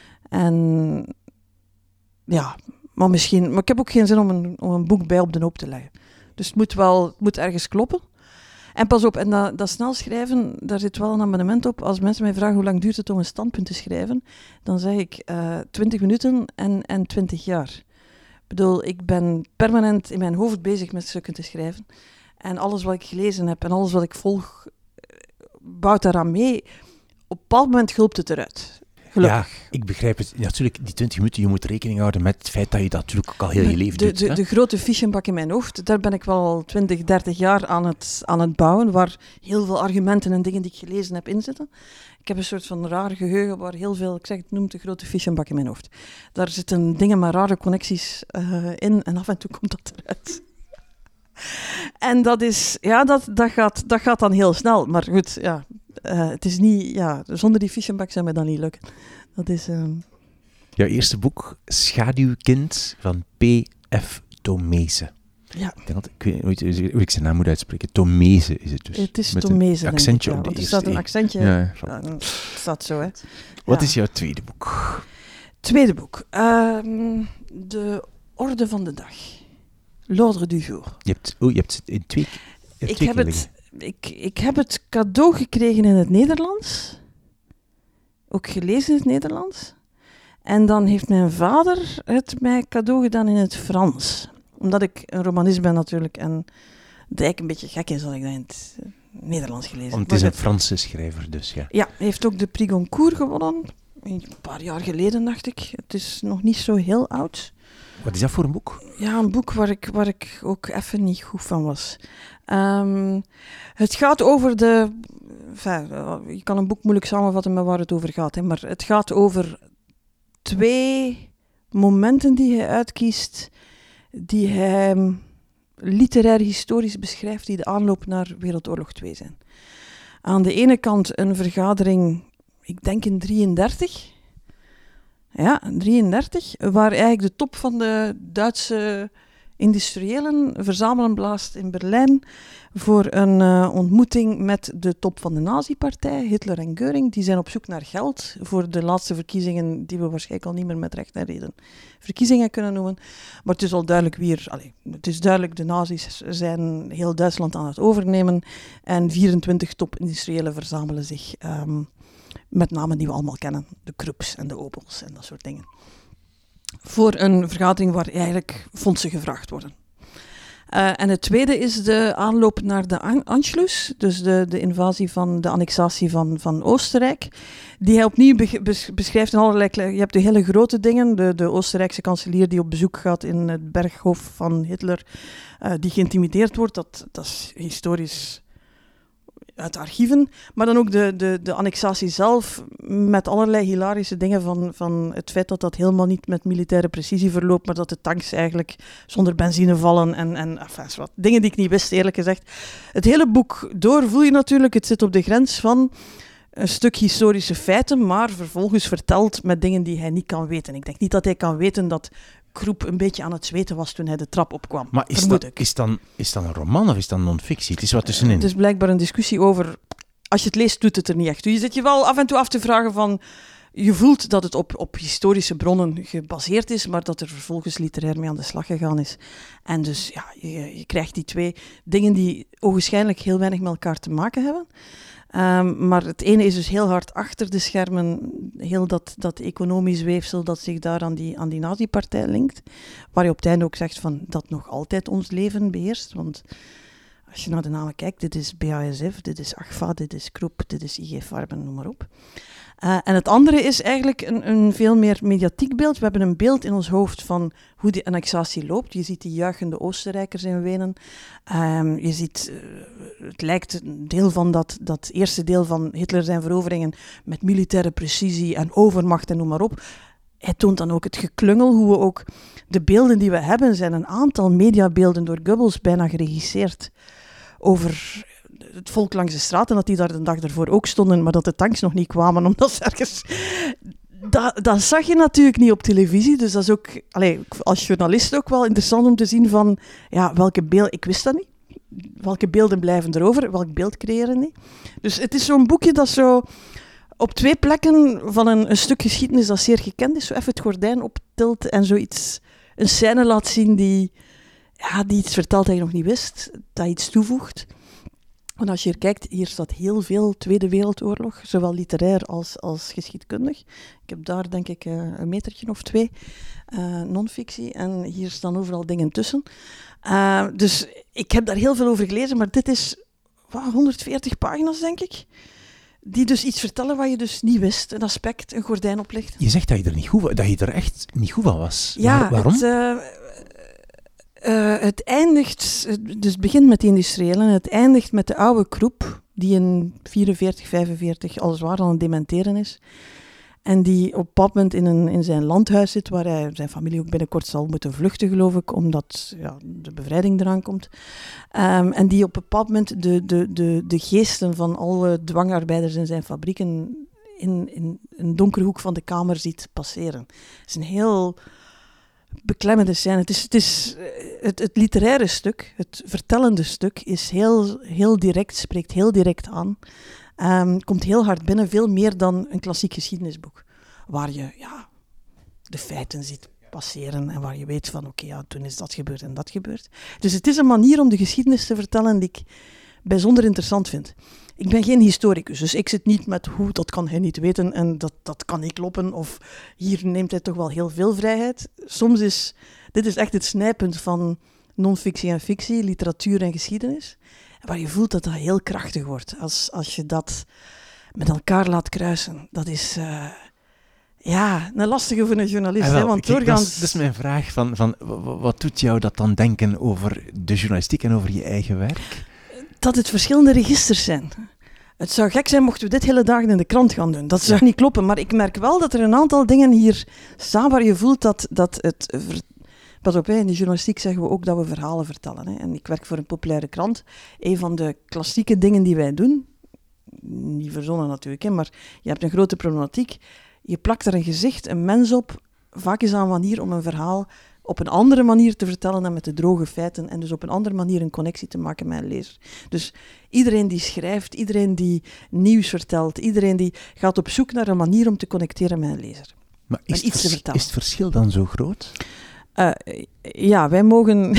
En ja, maar misschien... Maar ik heb ook geen zin om een, om een boek bij op de hoop te leggen. Dus het moet wel... Het moet ergens kloppen. En pas op, en dat, dat snel schrijven, daar zit wel een abonnement op. Als mensen mij vragen hoe lang duurt het om een standpunt te schrijven, dan zeg ik uh, twintig minuten en, en twintig jaar. Ik bedoel, ik ben permanent in mijn hoofd bezig met stukken te schrijven. En alles wat ik gelezen heb en alles wat ik volg, bouwt daaraan mee. Op een bepaald moment gulpt het eruit. Gelukkig. Ja, ik begrijp het. Natuurlijk, die twintig minuten, je moet rekening houden met het feit dat je dat natuurlijk ook al heel je leven de, doet. De, de grote fichtenbak in mijn hoofd, daar ben ik wel al twintig, dertig jaar aan het, aan het bouwen, waar heel veel argumenten en dingen die ik gelezen heb in zitten. Ik heb een soort van raar geheugen waar heel veel, ik zeg het, noem de grote fichtenbak in mijn hoofd. Daar zitten dingen met rare connecties uh, in en af en toe komt dat eruit. En dat is, ja, dat, dat, gaat, dat gaat dan heel snel. Maar goed, ja, uh, het is niet, ja, zonder die fichtenbak zou mij dat niet lukken. Dat is... Um... Jouw eerste boek, Schaduwkind, van P F Tomezen. Ja. Ik, denk dat, ik weet niet hoe ik zijn naam moet uitspreken. Tomezen is het dus. Het is Met Tomezen, een accentje denk ik, op de ja, eerste want er staat een E. accentje. Ja, Ja, het staat zo, hè. Wat Ja. is jouw tweede boek? Tweede boek. Um, de Orde van de Dag. L'Ordre du Jour. Je hebt, oh, je hebt het in twee, je hebt Ik twee heb, keer het, ik, ik heb het cadeau gekregen in het Nederlands. Ook gelezen in het Nederlands. En dan heeft mijn vader het mij cadeau gedaan in het Frans. Omdat ik een romanist ben natuurlijk. En het eigenlijk een beetje gek is dat ik dat in het uh, Nederlands gelezen heb. Want het is een Franse schrijver, dus ja. Ja, hij heeft ook de Prix Goncourt gewonnen. Een paar jaar geleden, dacht ik. Het is nog niet zo heel oud. Wat is dat voor een boek? Ja, een boek waar ik, waar ik ook even niet goed van was. Um, het gaat over de... Enfin, je kan een boek moeilijk samenvatten met waar het over gaat. Hè, maar het gaat over twee momenten die hij uitkiest, die hij literair historisch beschrijft, die de aanloop naar Wereldoorlog twee zijn. Aan de ene kant een vergadering, ik denk in drieëndertig... Ja, drieëndertig, waar eigenlijk de top van de Duitse industriëlen verzamelen blaast in Berlijn voor een uh, ontmoeting met de top van de nazi-partij, Hitler en Göring. Die zijn op zoek naar geld voor de laatste verkiezingen, die we waarschijnlijk al niet meer met recht en reden verkiezingen kunnen noemen. Maar het is al duidelijk wie er... Allez, het is duidelijk, de nazi's zijn heel Duitsland aan het overnemen en vierentwintig top-industriëlen verzamelen zich... Um, met namen die we allemaal kennen. De Krupps en de Opels en dat soort dingen. Voor een vergadering waar eigenlijk fondsen gevraagd worden. Uh, en het tweede is de aanloop naar de An- Anschluss, dus de, de invasie van de annexatie van, van Oostenrijk, die hij opnieuw be- bes- beschrijft in allerlei... Je hebt de hele grote dingen, de, de Oostenrijkse kanselier die op bezoek gaat in het berghof van Hitler, uh, die geïntimideerd wordt, dat, dat is historisch... uit de archieven, maar dan ook de, de, de annexatie zelf met allerlei hilarische dingen van, van het feit dat dat helemaal niet met militaire precisie verloopt, maar dat de tanks eigenlijk zonder benzine vallen en, en enfin, wat dingen die ik niet wist, eerlijk gezegd. Het hele boek door voel je natuurlijk, het zit op de grens van een stuk historische feiten, maar vervolgens verteld met dingen die hij niet kan weten. Ik denk niet dat hij kan weten dat Kroep een beetje aan het zweten was toen hij de trap opkwam. Maar is dat, is, dan, is dat een roman of is dat non-fictie? Het is wat tussenin. Het is blijkbaar een discussie over... Als je het leest, doet het er niet echt toe. Je zit je wel af en toe af te vragen van... Je voelt dat het op, op historische bronnen gebaseerd is, maar dat er vervolgens literair mee aan de slag gegaan is. En dus ja, je, je krijgt die twee dingen die ogenschijnlijk heel weinig met elkaar te maken hebben. Um, maar het ene is dus heel hard achter de schermen, heel dat, dat economisch weefsel dat zich daar aan die, aan die nazi-partij linkt. Waar je op het einde ook zegt van dat nog altijd ons leven beheerst. Want als je naar de namen kijkt, dit is B A S F, dit is Agfa, dit is Kroep, dit is I G Farben, noem maar op. Uh, en het andere is eigenlijk een, een veel meer mediatiek beeld. We hebben een beeld in ons hoofd van hoe die annexatie loopt. Je ziet die juichende Oostenrijkers in Wenen. Um, je ziet, uh, het lijkt een deel van dat, dat eerste deel van Hitler zijn veroveringen met militaire precisie en overmacht en noem maar op. Hij toont dan ook het geklungel, hoe we ook... De beelden die we hebben zijn een aantal mediabeelden door Goebbels bijna geregisseerd over... het volk langs de straat en dat die daar de dag ervoor ook stonden, maar dat de tanks nog niet kwamen, omdat ze ergens... Dat, dat zag je natuurlijk niet op televisie, dus dat is ook allez, als journalist ook wel interessant om te zien van, ja, welke beelden... Ik wist dat niet. Welke beelden blijven erover? Welk beeld creëren die? Dus het is zo'n boekje dat zo op twee plekken van een, een stuk geschiedenis dat zeer gekend is, zo even het gordijn optilt en zoiets, een scène laat zien die, ja, die iets vertelt dat je nog niet wist, dat iets toevoegt. Want als je hier kijkt, hier staat heel veel Tweede Wereldoorlog, zowel literair als, als geschiedkundig. Ik heb daar denk ik uh, een metertje of twee, uh, non-fictie, en hier staan overal dingen tussen. Uh, dus ik heb daar heel veel over gelezen, maar dit is wow, honderdveertig pagina's denk ik, die dus iets vertellen wat je dus niet wist, een aspect, een gordijn oplicht. Je zegt dat je er, niet goed, dat je er echt niet goed van was. Ja, Waar, waarom? Het, uh, Uh, het eindigt, dus het begint met de industriëlen, het eindigt met de oude Kroep, die in vierenveertig, vijfenveertig al zwaar aan het dementeren is. En die op een bepaald moment in, een, in zijn landhuis zit, waar hij zijn familie ook binnenkort zal moeten vluchten, geloof ik, omdat ja, de bevrijding eraan komt. Um, en die op een bepaald moment de, de, de, de geesten van alle dwangarbeiders in zijn fabrieken in, in een donkere hoek van de kamer ziet passeren. Het is een heel beklemmende scène. Het, is, het, is, het, het literaire stuk, het vertellende stuk, is heel, heel direct, spreekt heel direct aan. Um, komt heel hard binnen, veel meer dan een klassiek geschiedenisboek. Waar je ja, de feiten ziet passeren en waar je weet van oké, okay, ja, toen is dat gebeurd en dat gebeurd. Dus het is een manier om de geschiedenis te vertellen die ik bijzonder interessant vind. Ik ben geen historicus, dus ik zit niet met hoe, dat kan hij niet weten en dat, dat kan ik kloppen. Of hier neemt hij toch wel heel veel vrijheid. Soms is, dit is echt het snijpunt van non-fictie en fictie, literatuur en geschiedenis. Waar je voelt dat dat heel krachtig wordt. Als, als je dat met elkaar laat kruisen. Dat is uh, ja, een lastige voor een journalist. Ah, wel, hè, want kijk, doorgaans... dat, is, dat is mijn vraag. Van, van, wat doet jou dat dan denken over de journalistiek en over je eigen werk? Dat het verschillende registers zijn. Het zou gek zijn mochten we dit hele dagen in de krant gaan doen. Dat zou ja. niet kloppen. Maar ik merk wel dat er een aantal dingen hier staan waar je voelt dat, dat het... Ver... Pas op, in de journalistiek zeggen we ook dat we verhalen vertellen. Hè. En ik werk voor een populaire krant. Een van de klassieke dingen die wij doen, niet verzonnen natuurlijk, hè, maar je hebt een grote problematiek. Je plakt er een gezicht, een mens op. Vaak is dat een manier om een verhaal op een andere manier te vertellen dan met de droge feiten. En dus op een andere manier een connectie te maken met een lezer. Dus iedereen die schrijft, iedereen die nieuws vertelt, iedereen die gaat op zoek naar een manier om te connecteren met een lezer. Maar is, iets vers- te is het verschil dan zo groot? Uh, ja, wij mogen...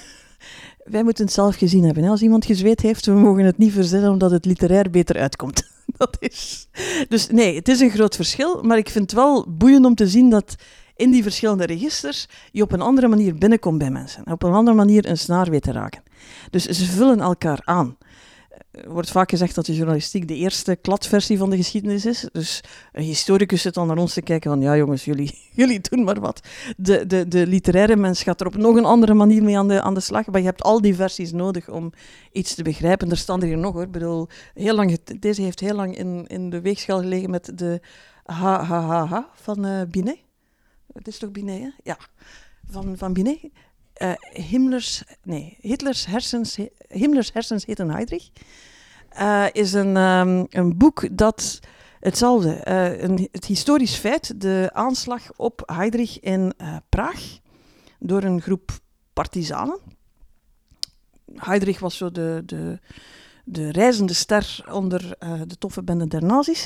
wij moeten het zelf gezien hebben. Hè. Als iemand gezweet heeft, we mogen het niet verzinnen omdat het literair beter uitkomt. Dat is... Dus nee, het is een groot verschil, maar ik vind het wel boeiend om te zien dat in die verschillende registers je op een andere manier binnenkomt bij mensen. En op een andere manier een snaar weet te raken. Dus ze vullen elkaar aan. Er wordt vaak gezegd dat de journalistiek de eerste kladversie van de geschiedenis is. Dus een historicus zit dan naar ons te kijken van ja jongens, jullie, jullie doen maar wat. De, de, de literaire mens gaat er op nog een andere manier mee aan de, aan de slag. Maar je hebt al die versies nodig om iets te begrijpen. Er staan er hier nog hoor. Ik bedoel, heel lang, deze heeft heel lang in, in de weegschaal gelegen met de ha ha ha ha van uh, Binet. Het is toch Binet, hè? Ja, van, van Binet. Uh, Himmlers, nee, Hitlers hersens, Himmlers hersens heten Heydrich, uh, is een, um, een boek dat hetzelfde, uh, een, het historisch feit, de aanslag op Heydrich in uh, Praag door een groep partizanen. Heydrich was zo de, de, de reizende ster onder uh, de toffe bende der nazi's.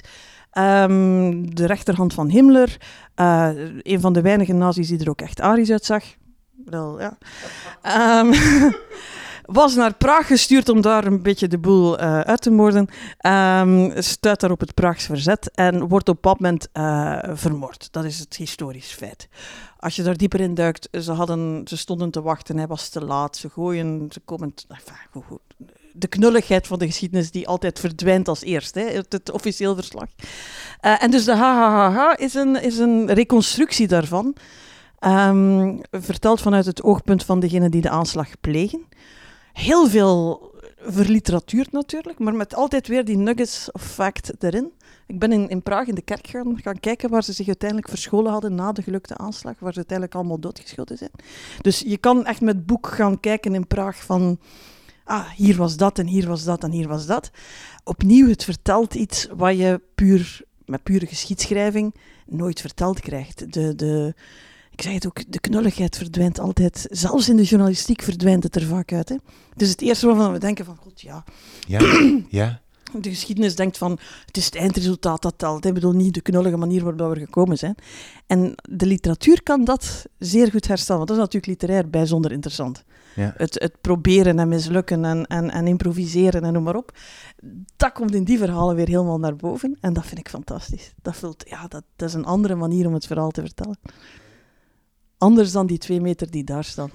Um, de rechterhand van Himmler, uh, een van de weinige nazi's die er ook echt arisch uitzag. Wel, ja. Um, was naar Praag gestuurd om daar een beetje de boel uh, uit te moorden. Um, stuit daar op het Praags verzet en wordt op dat moment uh, vermoord. Dat is het historisch feit. Als je daar dieper in duikt, ze, hadden, ze stonden te wachten, hij was te laat, ze gooien, ze komen... Enfin, goed, goed. De knulligheid van de geschiedenis die altijd verdwijnt als eerst, hè, het, het officieel verslag. Uh, en dus de ha ha ha ha is een, is een reconstructie daarvan. Um, verteld vanuit het oogpunt van degene die de aanslag plegen. Heel veel verliteratuurd natuurlijk, maar met altijd weer die nuggets of fact erin. Ik ben in, in Praag in de kerk gaan, gaan kijken waar ze zich uiteindelijk verscholen hadden na de gelukte aanslag, waar ze uiteindelijk allemaal doodgeschoten zijn. Dus je kan echt met boek gaan kijken in Praag van... Ah, hier was dat en hier was dat en hier was dat. Opnieuw, het vertelt iets wat je puur, met pure geschiedschrijving nooit verteld krijgt. De... de Ik zeg het ook, de knulligheid verdwijnt altijd. Zelfs in de journalistiek verdwijnt het er vaak uit. Hè. Dus het eerste waarvan we denken van, god ja. Ja, ja. De geschiedenis denkt van, het is het eindresultaat dat telt. Ik bedoel, niet de knullige manier waarop we gekomen zijn. En de literatuur kan dat zeer goed herstellen. Want dat is natuurlijk literair bijzonder interessant. Ja. Het, het proberen en mislukken en, en, en improviseren en noem maar op. Dat komt in die verhalen weer helemaal naar boven. En dat vind ik fantastisch. Dat, voelt, ja, dat, dat is een andere manier om het verhaal te vertellen. Anders dan die twee meter die daar staan.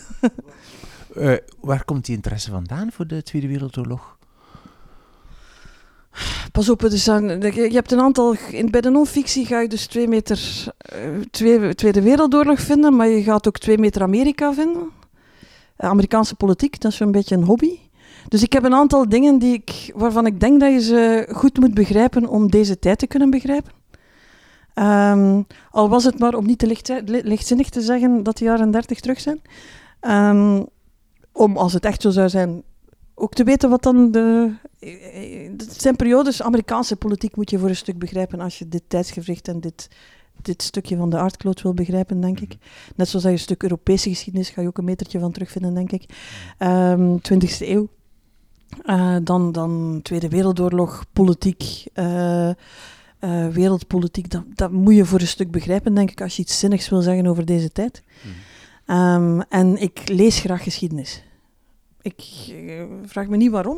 uh, waar komt die interesse vandaan voor de Tweede Wereldoorlog? Pas op, dus aan, je hebt een aantal... In, bij de non-fictie ga je dus twee meter uh, twee, Tweede Wereldoorlog vinden, maar je gaat ook twee meter Amerika vinden. Uh, Amerikaanse politiek, dat is zo'n beetje een hobby. Dus ik heb een aantal dingen die ik, waarvan ik denk dat je ze goed moet begrijpen om deze tijd te kunnen begrijpen. Um, al was het maar om niet te licht, lichtzinnig te zeggen dat de jaren dertig terug zijn. Um, om, als het echt zo zou zijn, ook te weten wat dan de het zijn periodes, Amerikaanse politiek moet je voor een stuk begrijpen als je dit tijdsgewricht en dit, dit stukje van de aardkloot wil begrijpen, denk ik. Net zoals dat je een stuk Europese geschiedenis, ga je ook een metertje van terugvinden, denk ik. Um, twintigste eeuw. Uh, dan, dan Tweede Wereldoorlog, politiek, uh, uh, wereldpolitiek, dat, dat moet je voor een stuk begrijpen, denk ik, als je iets zinnigs wil zeggen over deze tijd. Mm. Um, en ik lees graag geschiedenis. Ik uh, vraag me niet waarom.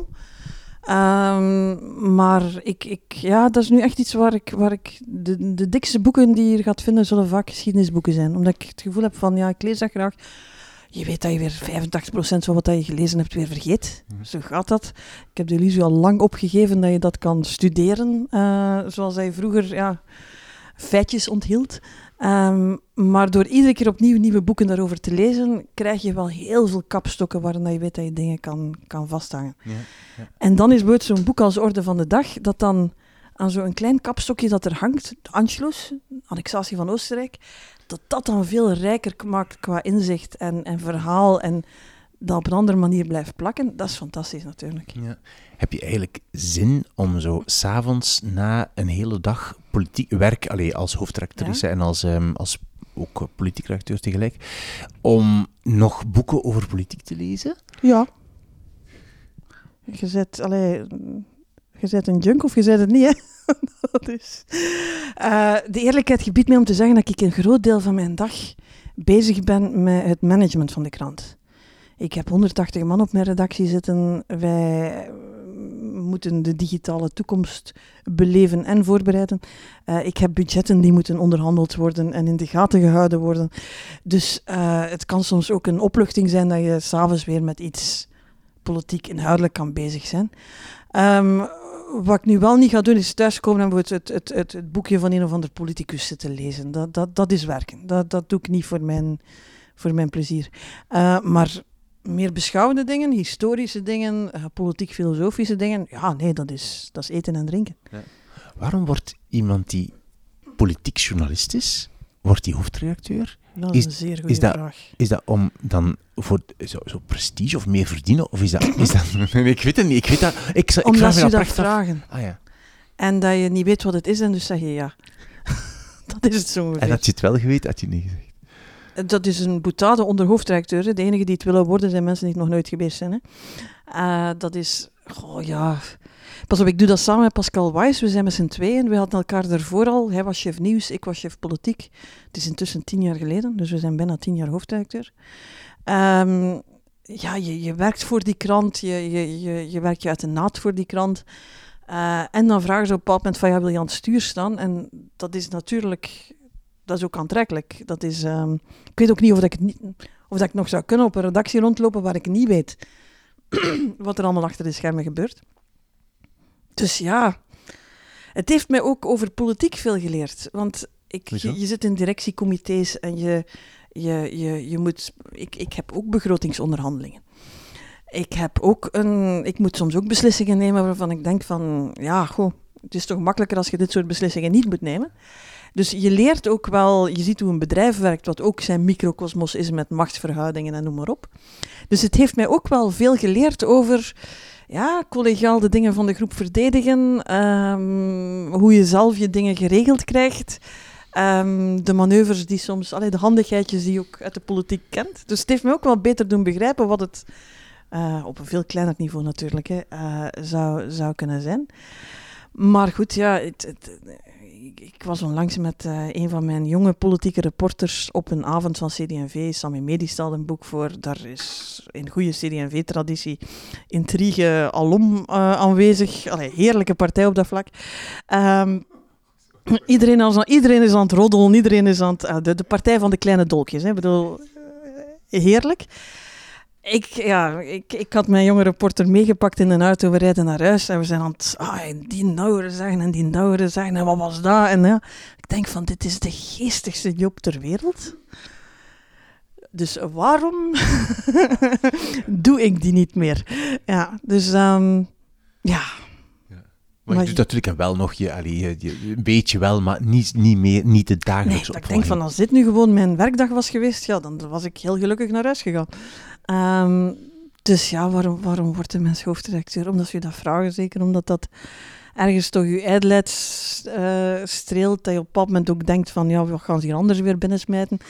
Um, maar ik, ik, ja, dat is nu echt iets waar ik, waar ik de, de dikste boeken die je gaat vinden, zullen vaak geschiedenisboeken zijn. Omdat ik het gevoel heb van, ja, ik lees dat graag. Je weet dat je weer vijfentachtig procent van wat je gelezen hebt weer vergeet. Mm. Zo gaat dat. Ik heb de illusie al lang opgegeven dat je dat kan studeren. Uh, zoals je vroeger ja, feitjes onthield. Um, maar door iedere keer opnieuw nieuwe boeken daarover te lezen, krijg je wel heel veel kapstokken waarin je weet dat je dingen kan, kan vasthangen. Ja, ja. En dan is bijvoorbeeld zo'n boek als Orde van de Dag, dat dan aan zo'n klein kapstokje dat er hangt, Anschluss, annexatie van Oostenrijk, dat dat dan veel rijker maakt qua inzicht en, en verhaal en dat op een andere manier blijft plakken. Dat is fantastisch natuurlijk. Ja. Heb je eigenlijk zin om zo 's avonds na een hele dag politiek werk, allee, als hoofdredactrice ja. en als, um, als ook politiek redacteur tegelijk, om nog boeken over politiek te lezen? Ja. Je zet, allee, je zet een junk of je zet het niet, hè? Dat is. Uh, de eerlijkheid gebiedt mij om te zeggen dat ik een groot deel van mijn dag bezig ben met het management van de krant. Ik heb honderdtachtig man op mijn redactie zitten. Wij moeten de digitale toekomst beleven en voorbereiden. Uh, ik heb budgetten die moeten onderhandeld worden en in de gaten gehouden worden. Dus uh, het kan soms ook een opluchting zijn dat je 's avonds weer met iets politiek inhoudelijk kan bezig zijn. Um, wat ik nu wel niet ga doen, is thuiskomen en het, het, het, het, het boekje van een of ander politicus zitten lezen. Dat, dat, dat is werken. Dat, dat doe ik niet voor mijn, voor mijn plezier. Uh, maar meer beschouwende dingen, historische dingen, uh, politiek-filosofische dingen, ja, nee, dat is, dat is eten en drinken. Ja. Waarom wordt iemand die politiek journalist is, wordt die hoofdredacteur? Dat is, is een zeer goede is dat, vraag. Is dat om dan voor zo, zo prestige of meer verdienen? Of is dat... Is dat ik weet het niet. Ik weet dat... Ik, ik Omdat vraag ze me dat, dat vragen. Ah, ja. En dat je niet weet wat het is en dus zeg je ja. Dat is het zo ongeveer. En had je het wel geweten, had je niet gezegd? Dat is een boutade onder hoofdredacteuren. De enige die het willen worden zijn mensen die het nog nooit geweest zijn. Hè. Uh, dat is... Oh ja... Pas op, ik doe dat samen met Pascal Weiss. We zijn met z'n tweeën. We hadden elkaar daarvoor al. Hij was chef nieuws, ik was chef politiek. Het is intussen tien jaar geleden, dus we zijn bijna tien jaar hoofdredacteur. Um, ja, je, je werkt voor die krant, je, je, je, je werkt je uit de naad voor die krant. Uh, en dan vragen ze op een bepaald moment van, ja, wil je aan het stuur staan? En dat is natuurlijk... Dat is ook aantrekkelijk. Dat is, um, ik weet ook niet of, dat ik, niet, of dat ik nog zou kunnen op een redactie rondlopen waar ik niet weet wat er allemaal achter de schermen gebeurt. Dus ja, het heeft mij ook over politiek veel geleerd. Want ik, je, je zit in directiecomité's en je, je, je, je moet... Ik, ik heb ook begrotingsonderhandelingen. Ik heb ook een... Ik moet soms ook beslissingen nemen waarvan ik denk van... Ja, goh, het is toch makkelijker als je dit soort beslissingen niet moet nemen. Dus je leert ook wel... Je ziet hoe een bedrijf werkt, wat ook zijn microcosmos is met machtsverhoudingen en noem maar op. Dus het heeft mij ook wel veel geleerd over... Ja, collegiaal de dingen van de groep verdedigen, um, hoe je zelf je dingen geregeld krijgt, um, de manoeuvres die soms, allee, de handigheidjes die je ook uit de politiek kent. Dus het heeft me ook wel beter doen begrijpen wat het, uh, op een veel kleiner niveau natuurlijk, hè, uh, zou, zou kunnen zijn. Maar goed, ja, het, het, ik, ik was onlangs met uh, een van mijn jonge politieke reporters op een avond van C D en V. Sammy Medi stelde een boek voor. Daar is in goede C D en V-traditie intrigue alom uh, aanwezig. Allee, heerlijke partij op dat vlak. Um, iedereen, is aan, iedereen is aan het roddelen, iedereen is aan het... Uh, de, de partij van de kleine dolkjes, hè. Ik bedoel, uh, heerlijk. Ik, ja, ik, ik had mijn jonge reporter meegepakt in een auto, we rijden naar huis en we zijn aan het ah, die nauwere zeggen en die nauwere zeggen en wat was dat? En ja, ik denk van, dit is de geestigste job ter wereld. Dus waarom doe ik die niet meer? Ja, dus um, ja... Maar, maar je doet natuurlijk wel nog je, allee, je, je, een beetje wel, maar niet, niet meer, niet de dagelijkse nee, ik denk van, als dit nu gewoon mijn werkdag was geweest, ja, dan was ik heel gelukkig naar huis gegaan. Um, Dus ja, waarom, waarom wordt de mens hoofdredacteur? Omdat ze je dat vragen, zeker omdat dat ergens toch je ijdelheid uh, streelt, dat je op een bepaald moment ook denkt van, ja, we gaan ze hier anders weer binnensmijten.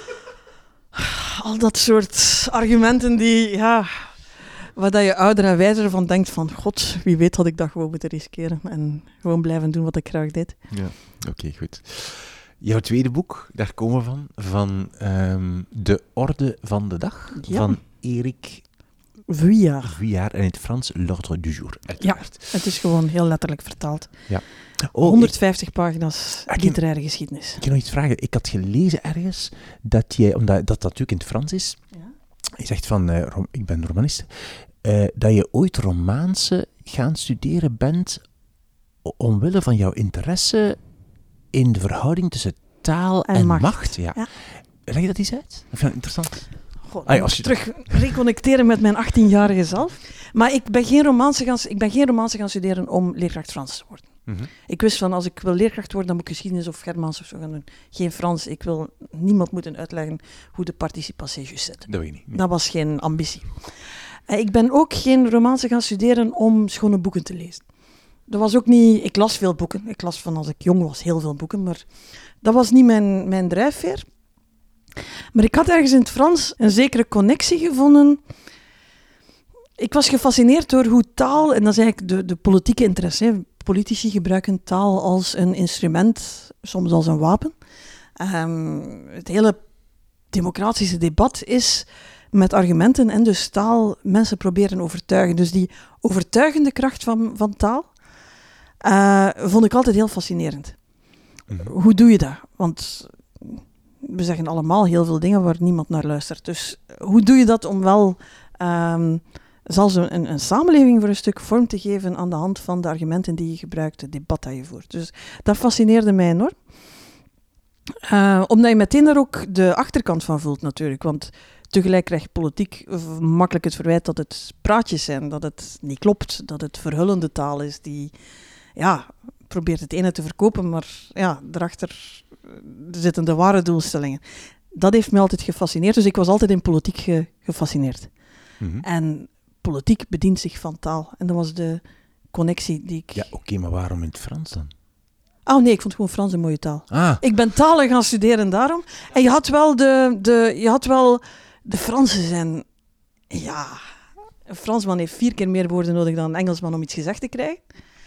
Al dat soort argumenten die, ja, waar dat je ouder en wijzer van denkt van, god, wie weet had ik dat gewoon moeten riskeren en gewoon blijven doen wat ik graag deed. Ja, oké, okay, goed. Jouw tweede boek, daar komen we van, van um, De Orde van de Dag, ja. van Erik Vuillard. Vuillard, en in het Frans L'Ordre du Jour, uiteraard. Ja, het is gewoon heel letterlijk vertaald. Ja. Oh, honderdvijftig ik, pagina's literaire geschiedenis. Ik kan nog iets vragen. Ik had gelezen ergens dat jij, omdat dat natuurlijk in het Frans is, ja. je zegt van, uh, rom, ik ben romanist, uh, dat je ooit romaanse gaan studeren bent omwille van jouw interesse in de verhouding tussen taal en, en macht. macht. Ja. Ja. Leg je dat eens uit? Dat vind ik interessant. God, ah, ja, als je terug reconnecteren met mijn achttienjarige zelf. Maar ik ben geen romaanse gaan, ik ben geen romaanse gaan studeren om leerkracht Frans te worden. Mm-hmm. Ik wist van, als ik wil leerkracht worden, dan moet ik geschiedenis of Germaans of zo gaan doen. Geen Frans. Ik wil niemand moeten uitleggen hoe de participatie juist zit. Dat weet je niet. Nee. Dat was geen ambitie. En ik ben ook geen romaanse gaan studeren om schone boeken te lezen. Dat was ook niet... Ik las veel boeken. Ik las van als ik jong was heel veel boeken, maar dat was niet mijn, mijn drijfveer. Maar ik had ergens in het Frans een zekere connectie gevonden. Ik was gefascineerd door hoe taal, en dat is eigenlijk de, de politieke interesse, hè. Politici gebruiken taal als een instrument, soms als een wapen. Um, het hele democratische debat is met argumenten en dus taal mensen proberen overtuigen. Dus die overtuigende kracht van, van taal uh, vond ik altijd heel fascinerend. Mm-hmm. Hoe doe je dat? Want we zeggen allemaal heel veel dingen waar niemand naar luistert. Dus hoe doe je dat om wel um, zelfs een, een samenleving voor een stuk vorm te geven aan de hand van de argumenten die je gebruikt, het debat dat je voert. Dus dat fascineerde mij enorm. Uh, omdat je meteen daar ook de achterkant van voelt natuurlijk. Want tegelijk krijgt politiek makkelijk het verwijt dat het praatjes zijn, dat het niet klopt, dat het verhullende taal is die ja, probeert het ene te verkopen, maar ja, daarachter zitten de ware doelstellingen. Dat heeft mij altijd gefascineerd, dus ik was altijd in politiek ge- gefascineerd. Mm-hmm. En politiek bedient zich van taal. En dat was de connectie die ik... Ja, oké, okay, maar waarom in het Frans dan? Oh nee, ik vond gewoon Frans een mooie taal. Ah. Ik ben talen gaan studeren daarom. En je had wel de... de je had wel... De Fransen zijn... Ja... Een Fransman heeft vier keer meer woorden nodig dan een Engelsman om iets gezegd te krijgen.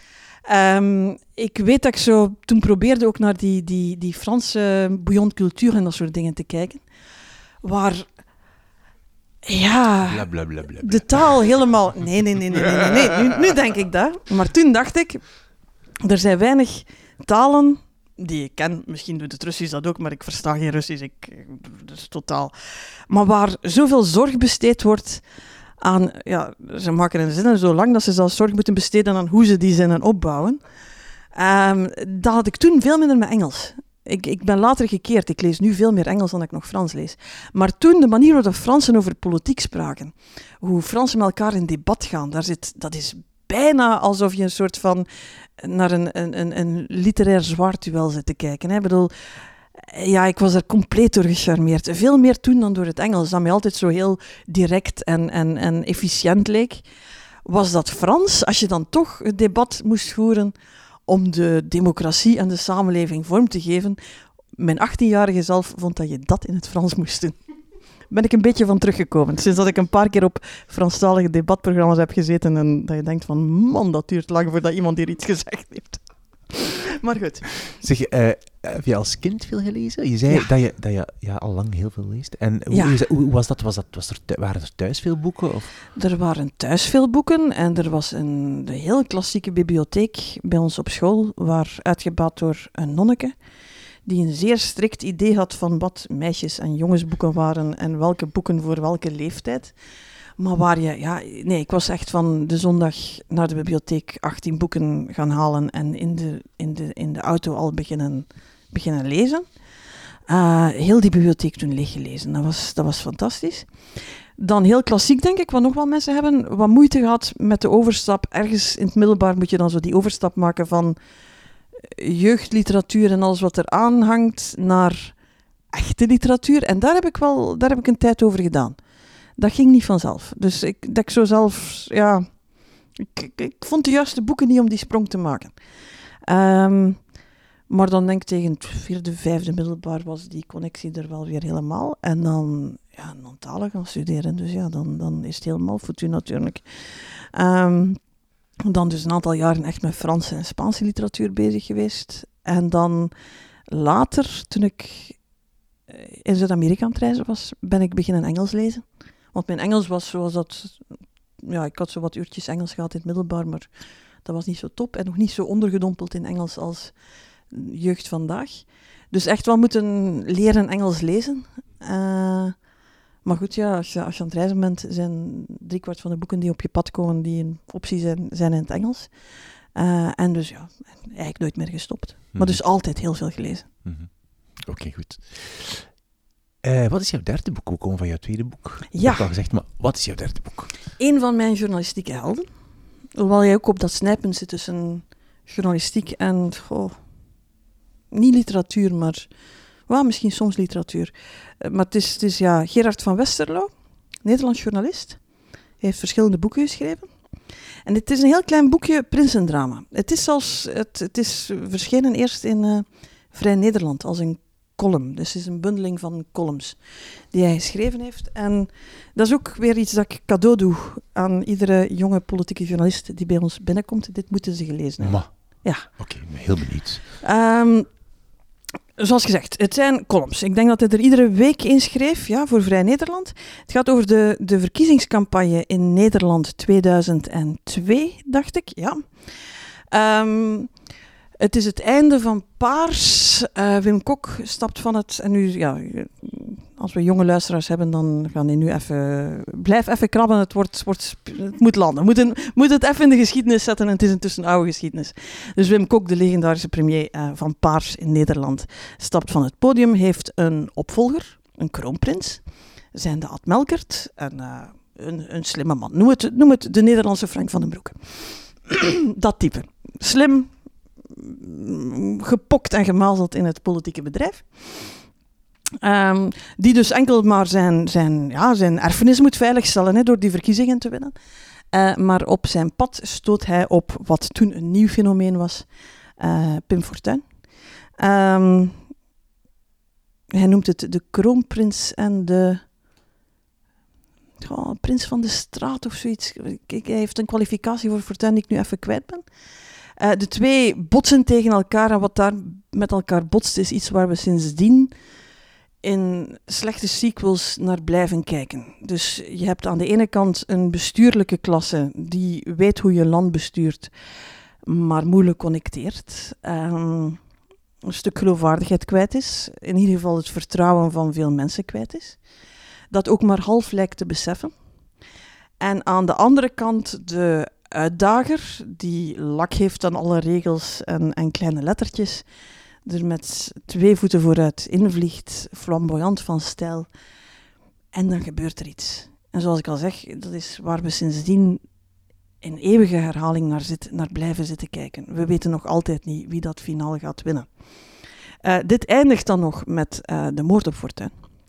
Um, ik weet dat ik zo toen probeerde ook naar die, die, die Franse bouillon cultuur en dat soort dingen te kijken. Waar... Ja, bla, bla, bla, bla, bla. De taal helemaal... Nee, nee, nee, nee, nee, nee. nee. Nu, nu denk ik dat. Maar toen dacht ik, er zijn weinig talen die ik ken. Misschien doet het Russisch dat ook, maar ik versta geen Russisch. Ik, dus totaal. Maar waar zoveel zorg besteed wordt aan... Ja, ze maken hun zinnen zo lang dat ze zelfs zorg moeten besteden aan hoe ze die zinnen opbouwen. Um, dat had ik toen veel minder met Engels. Ik, ik ben later gekeerd. Ik lees nu veel meer Engels dan ik nog Frans lees. Maar toen, de manier waarop de Fransen over politiek spraken, hoe Fransen met elkaar in debat gaan, daar zit, dat is bijna alsof je een soort van naar een, een, een, een literair zwaardduel zit te kijken. Hè. Ik bedoel, ja, ik was er compleet door gecharmeerd. Veel meer toen dan door het Engels, dat mij altijd zo heel direct en, en, en efficiënt leek. Was dat Frans, als je dan toch het debat moest voeren om de democratie en de samenleving vorm te geven. Mijn achttienjarige zelf vond dat je dat in het Frans moest doen. Ben ik een beetje van teruggekomen. Sinds dat ik een paar keer op Franstalige debatprogramma's heb gezeten en dat je denkt van, man, dat duurt lang voordat iemand hier iets gezegd heeft. Maar goed. Zeg, uh, heb je als kind veel gelezen? Je zei ja. dat je, dat je ja, al lang heel veel leest. En hoe, ja. hoe, hoe was dat? Was dat was er, waren er thuis veel boeken? Of? Er waren thuis veel boeken en er was een de heel klassieke bibliotheek bij ons op school, waar uitgebaat door een nonneke, die een zeer strikt idee had van wat meisjes- en jongensboeken waren en welke boeken voor welke leeftijd. Maar waar je, ja, nee, ik was echt van de zondag naar de bibliotheek achttien boeken gaan halen en in de, in de, in de auto al beginnen, beginnen lezen. Uh, heel die bibliotheek toen leeggelezen, dat was, dat was fantastisch. Dan heel klassiek, denk ik, wat nog wel mensen hebben, wat moeite gehad met de overstap. Ergens in het middelbaar moet je dan zo die overstap maken van jeugdliteratuur en alles wat er aan hangt naar echte literatuur. En daar heb ik wel, daar heb ik een tijd over gedaan. dat ging niet vanzelf. Dus ik, dat ik zo zelf, ja... Ik, ik, ik vond de juiste boeken niet om die sprong te maken. Um, maar dan denk ik tegen het vierde, vijfde middelbaar was die connectie er wel weer helemaal. En dan, ja, dan talen gaan studeren. Dus ja, dan, dan is het helemaal foutu natuurlijk. Um, dan dus een aantal jaren echt met Franse en Spaanse literatuur bezig geweest. En dan later, toen ik in Zuid-Amerika aan het reizen was, ben ik beginnen Engels lezen. Want mijn Engels was zoals dat... Ja, ik had zo wat uurtjes Engels gehad in het middelbaar, maar dat was niet zo top. En nog niet zo ondergedompeld in Engels als jeugd vandaag. Dus echt wel moeten leren Engels lezen. Uh, maar goed, ja, als je, als je aan het reizen bent, zijn driekwart van de boeken die op je pad komen, die een optie zijn, zijn in het Engels. Uh, en dus ja, eigenlijk nooit meer gestopt. Mm-hmm. Maar dus altijd heel veel gelezen. Mm-hmm. Oké, okay, goed. Uh, wat is jouw derde boek? We komen van jouw tweede boek. Ja. Ik heb al gezegd, maar wat is jouw derde boek? Een van mijn journalistieke helden. Hoewel jij ook op dat snijpunt zit tussen journalistiek en... Oh, niet literatuur, maar... Well, misschien soms literatuur. Uh, maar het is, het is ja, Gerard van Westerlo, Nederlands journalist. Hij heeft verschillende boeken geschreven. En het is een heel klein boekje prinsendrama. Het is, als, het, het is verschenen eerst in uh, Vrij Nederland als een column. Dus het is een bundeling van columns die hij geschreven heeft. En dat is ook weer iets dat ik cadeau doe aan iedere jonge politieke journalist die bij ons binnenkomt. Dit moeten ze gelezen hebben. Ma. Ja. Oké, ik ben heel benieuwd. Um, zoals gezegd, het zijn columns. Ik denk dat hij er iedere week in schreef, ja, voor Vrij Nederland. Het gaat over de, de verkiezingscampagne in Nederland tweeduizend twee, dacht ik. Ja. Um, Het is het einde van Paars. Uh, Wim Kok stapt van het... En nu, ja, als we jonge luisteraars hebben, dan gaan die nu even... Blijf even krabben, het, wordt, wordt, het moet landen. We moeten, moet het even in de geschiedenis zetten en het is intussen oude geschiedenis. Dus Wim Kok, de legendarische premier uh, van Paars in Nederland, stapt van het podium, heeft een opvolger, een kroonprins, zijnde Ad Melkert, en, uh, een, een slimme man. Noem het, noem het de Nederlandse Frank van den Broeke. Dat type. Slim, gepokt en gemazeld in het politieke bedrijf. Um, die dus enkel maar zijn, zijn, ja, zijn erfenis moet veiligstellen hè, door die verkiezingen te winnen. Uh, maar op zijn pad stoot hij op wat toen een nieuw fenomeen was, uh, Pim Fortuyn. Um, hij noemt het de kroonprins en de... Oh, prins van de straat of zoiets. Kijk, hij heeft een kwalificatie voor Fortuyn die ik nu even kwijt ben. Uh, de twee botsen tegen elkaar en wat daar met elkaar botst is iets waar we sindsdien in slechte sequels naar blijven kijken. Dus je hebt aan de ene kant een bestuurlijke klasse die weet hoe je land bestuurt, maar moeilijk connecteert. Um, een stuk geloofwaardigheid kwijt is. In ieder geval het vertrouwen van veel mensen kwijt is. Dat ook maar half lijkt te beseffen. En aan de andere kant de uitdager, die lak heeft aan alle regels en, en kleine lettertjes, er met twee voeten vooruit invliegt, flamboyant van stijl. En dan gebeurt er iets. En zoals ik al zeg, dat is waar we sindsdien in eeuwige herhaling naar, zit, naar blijven zitten kijken. We weten nog altijd niet wie dat finaal gaat winnen. Uh, dit eindigt dan nog met uh, de moord op Fortuyn.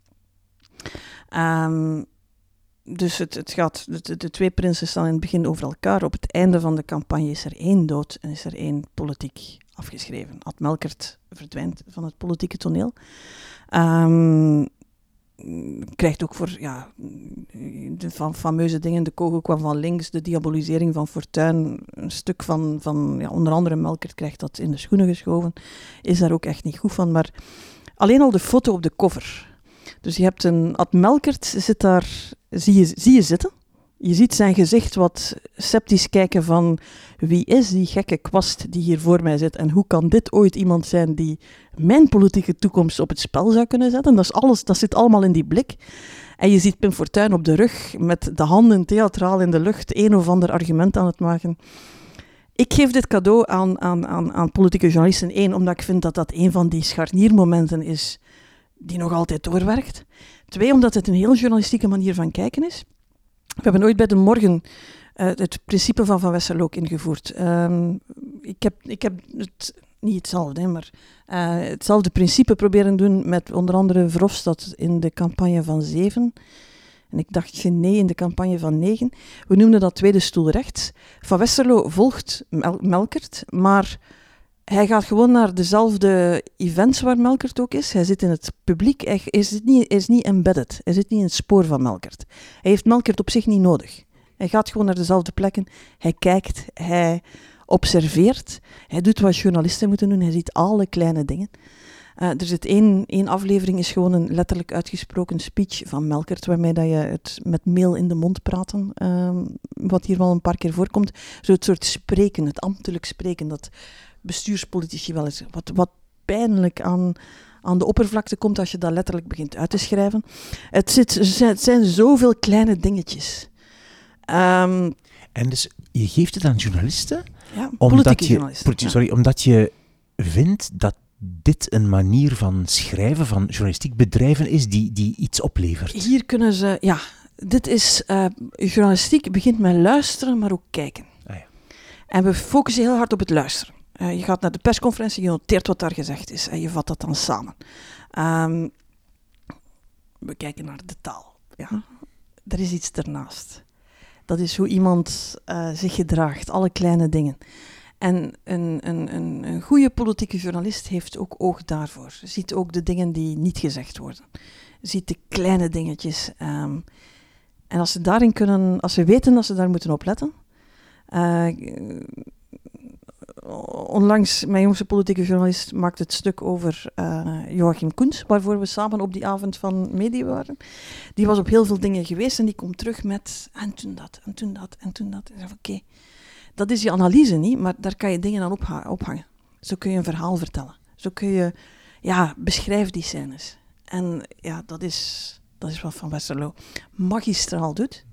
Um, dus het, het gaat, de, de twee prinsen staan in het begin over elkaar. Op het einde van de campagne is er één dood en is er één politiek afgeschreven. Ad Melkert verdwijnt van het politieke toneel. Um, krijgt ook voor ja, de van fameuze dingen, de kogel kwam van links, de diabolisering van Fortuyn, een stuk van, van ja, onder andere Melkert krijgt dat in de schoenen geschoven, is daar ook echt niet goed van. Maar alleen al de foto op de cover. Dus je hebt een Ad Melkert, zit daar, zie je, zie je zitten. Je ziet zijn gezicht wat sceptisch kijken van wie is die gekke kwast die hier voor mij zit en hoe kan dit ooit iemand zijn die mijn politieke toekomst op het spel zou kunnen zetten. Dat is alles, dat zit allemaal in die blik. En je ziet Pim Fortuyn op de rug met de handen theatraal in de lucht een of ander argument aan het maken. Ik geef dit cadeau aan, aan, aan, aan politieke journalisten. Eén, omdat ik vind dat dat een van die scharniermomenten is die nog altijd doorwerkt. Twee, omdat het een heel journalistieke manier van kijken is. We hebben ooit bij De Morgen uh, het principe van Van Westerlo ingevoerd. Um, ik, heb, ik heb het niet hetzelfde, hè, maar uh, hetzelfde principe proberen doen met onder andere Verhofstadt in de campagne van zeven. En ik dacht nee in de campagne van negen. We noemden dat tweede stoel rechts. Van Westerlo volgt Mel- Melkert, maar hij gaat gewoon naar dezelfde events waar Melkert ook is. Hij zit in het publiek. Hij is niet, hij is niet embedded. Hij zit niet in het spoor van Melkert. Hij heeft Melkert op zich niet nodig. Hij gaat gewoon naar dezelfde plekken. Hij kijkt, hij observeert. Hij doet wat journalisten moeten doen. Hij ziet alle kleine dingen. Uh, er zit één, één aflevering, is gewoon een letterlijk uitgesproken speech van Melkert, waarmee dat je het met meel in de mond praten, uh, wat hier wel een paar keer voorkomt. Zo het soort spreken, het ambtelijk spreken, dat bestuurspolitici wel eens wat, wat pijnlijk aan, aan de oppervlakte komt als je dat letterlijk begint uit te schrijven. Het, zit, het zijn zoveel kleine dingetjes. Um, en dus je geeft het aan journalisten? Ja, politieke je, journalisten. politi- sorry, ja. Omdat je vindt dat dit een manier van schrijven, van journalistiek bedrijven is die, die iets oplevert. Hier kunnen ze, ja, dit is, uh, journalistiek begint met luisteren, maar ook kijken. Ah, ja. En we focussen heel hard op het luisteren. Uh, je gaat naar de persconferentie, je noteert wat daar gezegd is en je vat dat dan samen. Um, we kijken naar de taal. Ja. Er is iets ernaast. Dat is hoe iemand uh, zich gedraagt, alle kleine dingen. En een, een, een, een goede politieke journalist heeft ook oog daarvoor. Ziet ook de dingen die niet gezegd worden. Ziet de kleine dingetjes. Um, en als ze daarin kunnen, als ze weten dat ze daar moeten op letten. Uh, onlangs, mijn jongste politieke journalist maakte het stuk over uh, Joachim Koens, waarvoor we samen op die avond van media waren. Die was op heel veel dingen geweest en die komt terug met en toen dat, en toen dat, en toen dat. En zei, oké. Okay. Dat is je analyse niet, maar daar kan je dingen aan opha- ophangen. Zo kun je een verhaal vertellen. Zo kun je, ja, beschrijf die scènes. En ja, dat is, dat is wat Van Westerlo magistraal doet.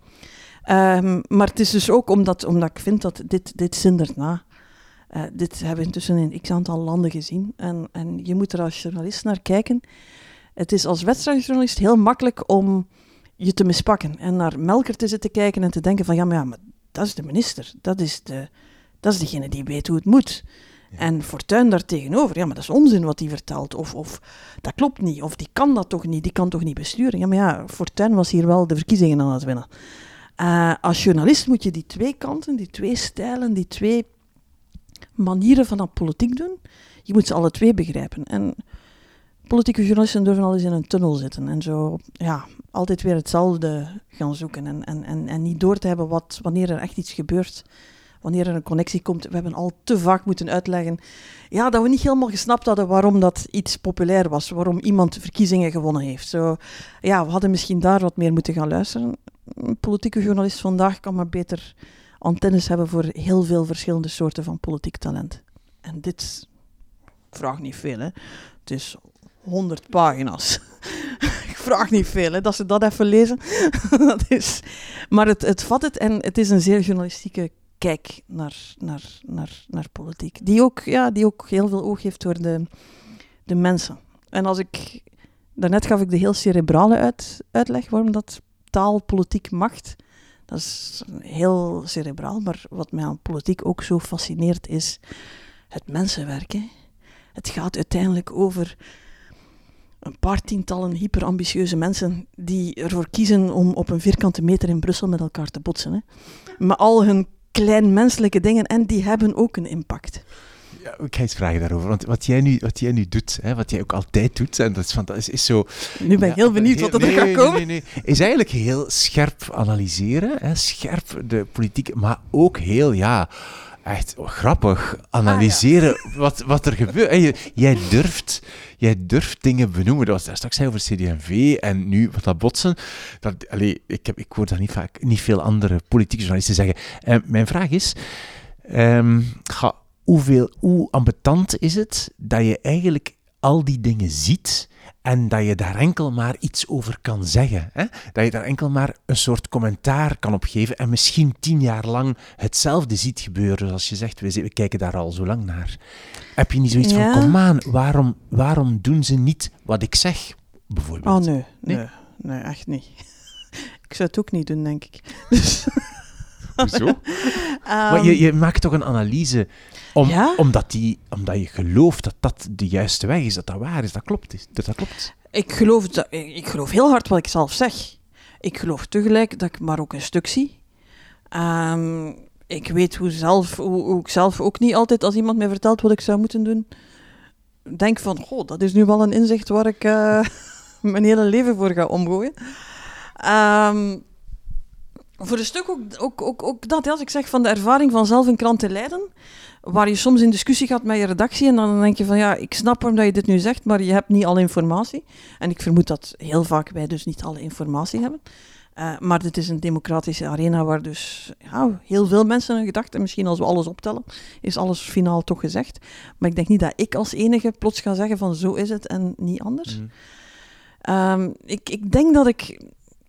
Um, maar het is dus ook omdat, omdat ik vind dat dit, dit zindert na. Uh, dit hebben we intussen in x aantal landen gezien. En, en je moet er als journalist naar kijken. Het is als wedstrijdjournalist heel makkelijk om je te mispakken. En naar Melkert te zitten kijken en te denken van ja, maar ja, maar dat is de minister. Dat is, de, dat is degene die weet hoe het moet. Ja. En Fortuyn daar tegenover. Ja, maar dat is onzin wat hij vertelt. Of, of dat klopt niet. Of die kan dat toch niet. Die kan toch niet besturen. Ja, maar ja, Fortuyn was hier wel de verkiezingen aan het winnen. Uh, als journalist moet je die twee kanten, die twee stijlen, die twee manieren van dat politiek doen, je moet ze alle twee begrijpen. En politieke journalisten durven al eens in een tunnel zitten en zo, ja, altijd weer hetzelfde gaan zoeken en, en, en, en niet door te hebben wat, wanneer er echt iets gebeurt, wanneer er een connectie komt. We hebben al te vaak moeten uitleggen, ja, dat we niet helemaal gesnapt hadden waarom dat iets populair was, waarom iemand verkiezingen gewonnen heeft. Zo, ja, we hadden misschien daar wat meer moeten gaan luisteren. Een politieke journalist vandaag kan maar beter antennes hebben voor heel veel verschillende soorten van politiek talent. En dit vraagt niet veel, hè. Het is honderd pagina's. Ik vraag niet veel, hè, dat ze dat even lezen. Dat is, maar het, het vat het en het is een zeer journalistieke kijk naar, naar, naar, naar politiek. Die ook, ja, die ook heel veel oog heeft voor de, de mensen. En als ik... Daarnet gaf ik de heel cerebrale uit, uitleg waarom dat taal, politiek, macht... Dat is heel cerebraal, maar wat mij aan politiek ook zo fascineert is het mensenwerk. Hè. Het gaat uiteindelijk over een paar tientallen hyperambitieuze mensen die ervoor kiezen om op een vierkante meter in Brussel met elkaar te botsen. Hè. Met al hun klein menselijke dingen en die hebben ook een impact. Ja, ik ga iets vragen daarover, want wat jij nu, wat jij nu doet, hè, wat jij ook altijd doet, en dat is, van, dat is, is zo... Nu ben ik ja, heel benieuwd heel, wat er nee, gaat komen. Nee, nee, nee. Is eigenlijk heel scherp analyseren, hè, scherp de politiek, maar ook heel, ja, echt grappig analyseren ah, ja. wat, wat er gebeurt. Je, jij, durft, jij durft dingen benoemen. Dat was daar straks over C D en V en nu wat dat botsen. Dat, allee, ik, heb, ik hoor dat niet vaak, niet veel andere politieke journalisten zeggen. Uh, mijn vraag is... Um, ga, Hoeveel, hoe ambetant is het dat je eigenlijk al die dingen ziet en dat je daar enkel maar iets over kan zeggen. Hè? Dat je daar enkel maar een soort commentaar kan op geven en misschien tien jaar lang hetzelfde ziet gebeuren. Zoals je zegt, we, we kijken daar al zo lang naar. Heb je niet zoiets ja. van, kom aan, waarom, waarom doen ze niet wat ik zeg, bijvoorbeeld? Oh nee, nee, nee, nee echt niet. Ik zou het ook niet doen, denk ik. Dus... Hoezo? um, maar je, je maakt toch een analyse om, ja? omdat, die, omdat je gelooft dat dat de juiste weg is, dat dat waar is, dat klopt. Dat dat klopt. Ik geloof, dat, ik geloof heel hard wat ik zelf zeg. Ik geloof tegelijk dat ik maar ook een stuk zie. Um, ik weet hoe, zelf, hoe, hoe ik zelf ook niet altijd, als iemand mij vertelt wat ik zou moeten doen, denk van, goh, dat is nu wel een inzicht waar ik uh, mijn hele leven voor ga omgooien. Um, voor een stuk ook, ook, ook, ook dat, als ik zeg van de ervaring van zelf een krant te leiden, waar je soms in discussie gaat met je redactie en dan denk je van, ja, ik snap waarom dat je dit nu zegt, maar je hebt niet alle informatie. En ik vermoed dat heel vaak wij dus niet alle informatie hebben. Uh, maar dit is een democratische arena waar dus ja, heel veel mensen hun gedachten, misschien als we alles optellen, is alles finaal toch gezegd. Maar ik denk niet dat ik als enige plots ga zeggen van zo is het en niet anders. Mm. Um, ik, ik denk dat ik...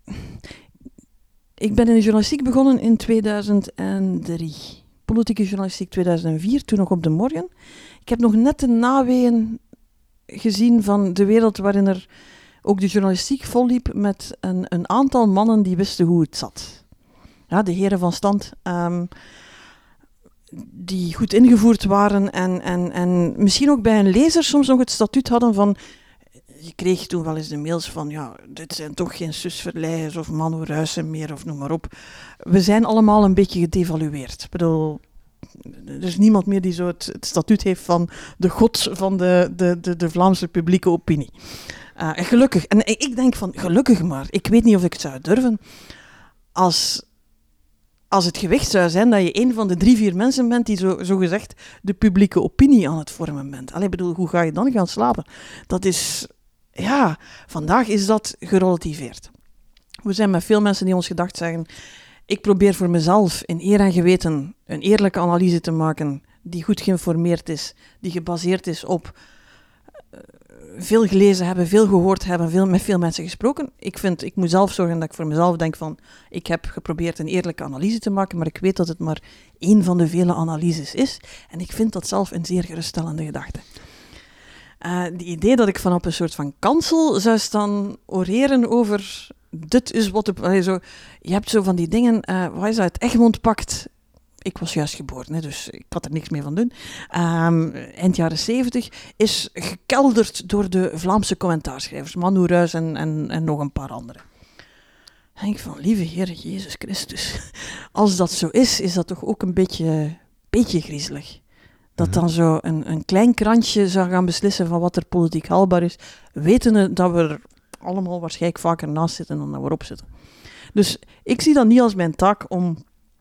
Ik ben in de journalistiek begonnen in tweeduizend drie. Politieke journalistiek tweeduizend vier, toen nog op De Morgen. Ik heb nog net de naweeën gezien van de wereld waarin er ook de journalistiek volliep met een, een aantal mannen die wisten hoe het zat. Ja, de heren van stand, um, die goed ingevoerd waren en, en, en misschien ook bij een lezer soms nog het statuut hadden van... Je kreeg toen wel eens de mails van, ja, dit zijn toch geen Suus Verleijers of Manu Ruijsen meer of noem maar op. We zijn allemaal een beetje gedevalueerd. Ik bedoel, er is niemand meer die zo het, het statuut heeft van de god van de, de, de, de Vlaamse publieke opinie. Uh, en gelukkig, en ik denk van, gelukkig maar, ik weet niet of ik het zou durven, als, als het gewicht zou zijn dat je een van de drie, vier mensen bent die zo, zo gezegd de publieke opinie aan het vormen bent. Allee, bedoel, hoe ga je dan gaan slapen? Dat is... Ja, vandaag is dat gerelativeerd. We zijn met veel mensen die ons gedacht zeggen, ik probeer voor mezelf in eer en geweten een eerlijke analyse te maken die goed geïnformeerd is, die gebaseerd is op uh, veel gelezen hebben, veel gehoord hebben, veel, met veel mensen gesproken. Ik vind, ik moet zelf zorgen dat ik voor mezelf denk van, ik heb geprobeerd een eerlijke analyse te maken, maar ik weet dat het maar één van de vele analyses is. En ik vind dat zelf een zeer geruststellende gedachte. Uh, die idee dat ik van op een soort van kansel zou staan oreren over dit is wat... De, allee, zo, je hebt zo van die dingen, uh, wat is dat, het Egmond-pact. Ik was juist geboren, hè, dus ik had er niks mee van doen. Um, eind jaren zeventig is gekelderd door de Vlaamse commentaarschrijvers, Manu Ruijs en, en, en nog een paar anderen. Dan denk ik van, lieve Heer Jezus Christus, als dat zo is, is dat toch ook een beetje, beetje griezelig. Dat dan zo een, een klein krantje zou gaan beslissen van wat er politiek haalbaar is, wetende dat we er allemaal waarschijnlijk vaker naast zitten dan dat we erop zitten. Dus ik zie dat niet als mijn taak om...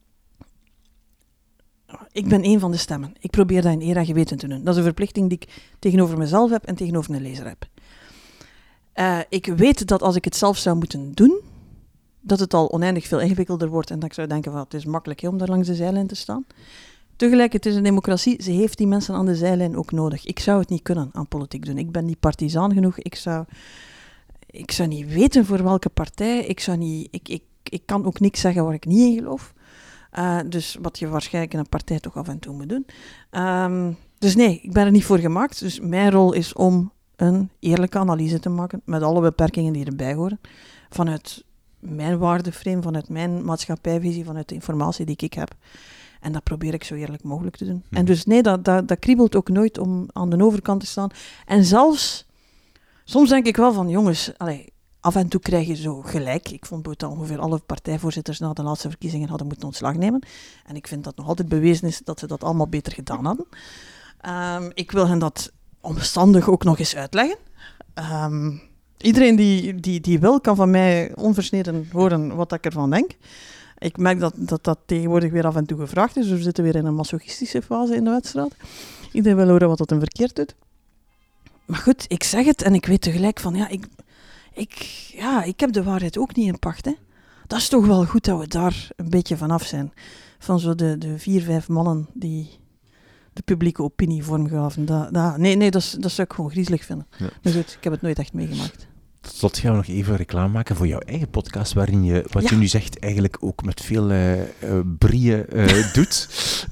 Ik ben één van de stemmen. Ik probeer dat in eer en geweten te doen. Dat is een verplichting die ik tegenover mezelf heb en tegenover een lezer heb. Uh, ik weet dat als ik het zelf zou moeten doen, dat het al oneindig veel ingewikkelder wordt en dat ik zou denken van het is makkelijk he, om daar langs de zijlijn te staan. Tegelijk, het is een democratie, ze heeft die mensen aan de zijlijn ook nodig. Ik zou het niet kunnen aan politiek doen. Ik ben niet partizaan genoeg. Ik zou, ik zou niet weten voor welke partij. Ik, zou niet, ik, ik, ik kan ook niks zeggen waar ik niet in geloof. Uh, dus wat je waarschijnlijk in een partij toch af en toe moet doen. Um, dus nee, ik ben er niet voor gemaakt. Dus mijn rol is om een eerlijke analyse te maken met alle beperkingen die erbij horen. Vanuit mijn waardeframe, vanuit mijn maatschappijvisie, vanuit de informatie die ik heb. En dat probeer ik zo eerlijk mogelijk te doen. Hm. En dus nee, dat, dat, dat kriebelt ook nooit om aan de overkant te staan. En zelfs, soms denk ik wel van, jongens, allee, af en toe krijg je zo gelijk. Ik vond dat ongeveer alle partijvoorzitters na de laatste verkiezingen hadden moeten ontslag nemen. En ik vind dat nog altijd bewezen is dat ze dat allemaal beter gedaan hadden. Um, ik wil hen dat omstandig ook nog eens uitleggen. Um, iedereen die, die, die wil, kan van mij onversneden horen wat ik ervan denk. Ik merk dat, dat dat tegenwoordig weer af en toe gevraagd is. Dus we zitten weer in een masochistische fase in de wedstrijd. Iedereen wil horen wat dat hem verkeerd doet. Maar goed, ik zeg het en ik weet tegelijk van... Ja, ik, ik, ja, ik heb de waarheid ook niet in pacht. Hè. Dat is toch wel goed dat we daar een beetje vanaf zijn. Van zo de, de vier, vijf mannen die de publieke opinie vormgaven. Dat, dat, nee, nee dat, dat zou ik gewoon griezelig vinden. Ja. Maar goed, ik heb het nooit echt meegemaakt. Tot slot gaan we nog even reclame maken voor jouw eigen podcast, waarin je, wat ja. je nu zegt, eigenlijk ook met veel uh, uh, brieën uh, doet.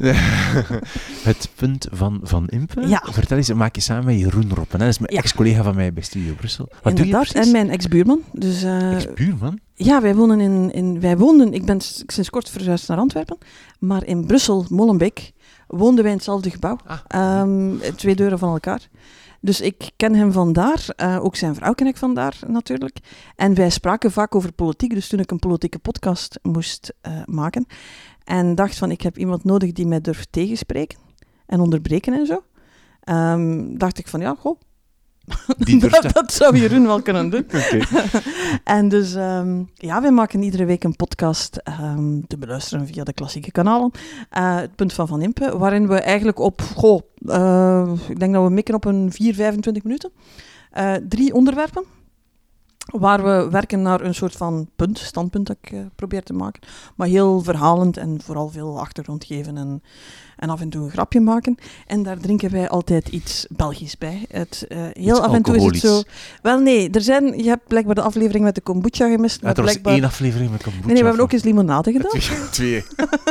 Het punt van Van Impe. Ja. Vertel eens, maak je samen met Jeroen Roppen. Hè? Dat is mijn ja. ex-collega van mij bij Studio Brussel. Wat Inderdaad, doe je precies? En mijn ex-buurman. Dus, uh, ex-buurman? Ja, wij wonen in, in... Wij woonden... Ik ben sinds kort verhuisd naar Antwerpen. Maar in Brussel, Molenbeek, woonden wij in hetzelfde gebouw. Ah. Um, twee deuren van elkaar. Dus ik ken hem vandaar, uh, ook zijn vrouw ken ik vandaar natuurlijk. En wij spraken vaak over politiek, dus toen ik een politieke podcast moest uh, maken. En dacht van, ik heb iemand nodig die mij durft tegenspreken en onderbreken en zo. Um, dacht ik van, ja, goh. Die dat, dat zou Jeroen wel kunnen doen. Okay. En dus, um, ja, wij maken iedere week een podcast um, te beluisteren via de klassieke kanalen. Uh, het Punt van Van Impe, waarin we eigenlijk op, goh, uh, ik denk dat we mikken op een vier, vijfentwintig minuten. Uh, drie onderwerpen, waar we werken naar een soort van punt, standpunt dat ik uh, probeer te maken. Maar heel verhalend en vooral veel achtergrond geven en, en af en toe een grapje maken. En daar drinken wij altijd iets Belgisch bij. Het, uh, heel iets af en toe is het zo... Wel nee, er zijn, je hebt blijkbaar de aflevering met de kombucha gemist. Ja, er was blijkbaar... één aflevering met kombucha. Nee, nee, we hebben ook eens limonade gedaan. Twee. Twee.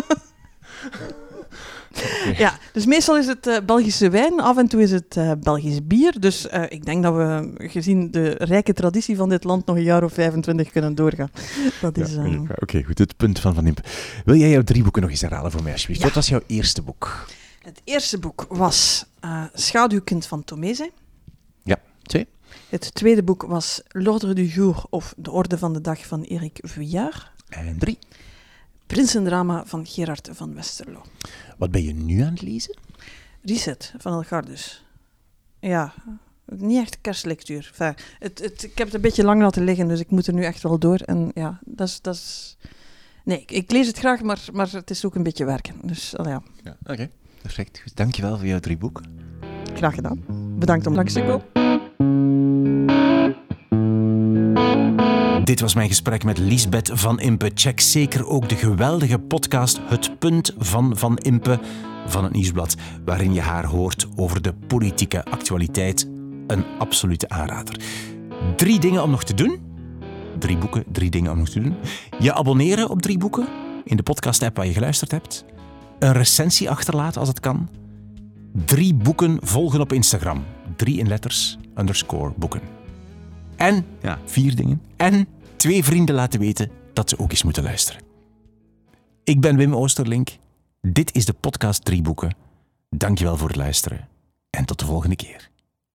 Okay. Ja, dus meestal is het uh, Belgische wijn, af en toe is het uh, Belgisch bier. Dus uh, ik denk dat we, gezien de rijke traditie van dit land, nog een jaar of vijfentwintig kunnen doorgaan. Dat is... Ja, Uh... Oké, okay, goed. Het Punt van Van Impe. Wil jij jouw drie boeken nog eens herhalen voor mij, alsjeblieft? Ja. Wat was jouw eerste boek? Het eerste boek was uh, Schaduwkind van Tomese. Ja, twee. Het tweede boek was L'Ordre du Jour, of De Orde van de Dag van Eric Vuillard. En drie. Prinsendrama van Gerard van Westerlo. Wat ben je nu aan het lezen? Reset van Elgardus. Ja, niet echt kerstlectuur. Enfin, het, het, ik heb het een beetje lang laten liggen, dus ik moet er nu echt wel door. En ja, dat is... Dat is... Nee, ik, ik lees het graag, maar, maar het is ook een beetje werken. Dus, al ja. ja Oké, okay. Perfect. Goed. Dankjewel voor jouw drie boeken. Graag gedaan. Bedankt om langs te komen. Dit was mijn gesprek met Liesbeth Van Impe. Check zeker ook de geweldige podcast Het Punt van Van Impe van het Nieuwsblad, waarin je haar hoort over de politieke actualiteit. Een absolute aanrader. Drie dingen om nog te doen. Drie boeken, drie dingen om nog te doen. Je abonneren op Drie Boeken in de podcast-app waar je geluisterd hebt. Een recensie achterlaten als het kan. Drie boeken volgen op Instagram. Drie in letters, underscore boeken. En, ja, vier dingen. En twee vrienden laten weten dat ze ook eens moeten luisteren. Ik ben Wim Oosterlink. Dit is de podcast Drie Boeken. Dankjewel voor het luisteren. En tot de volgende keer.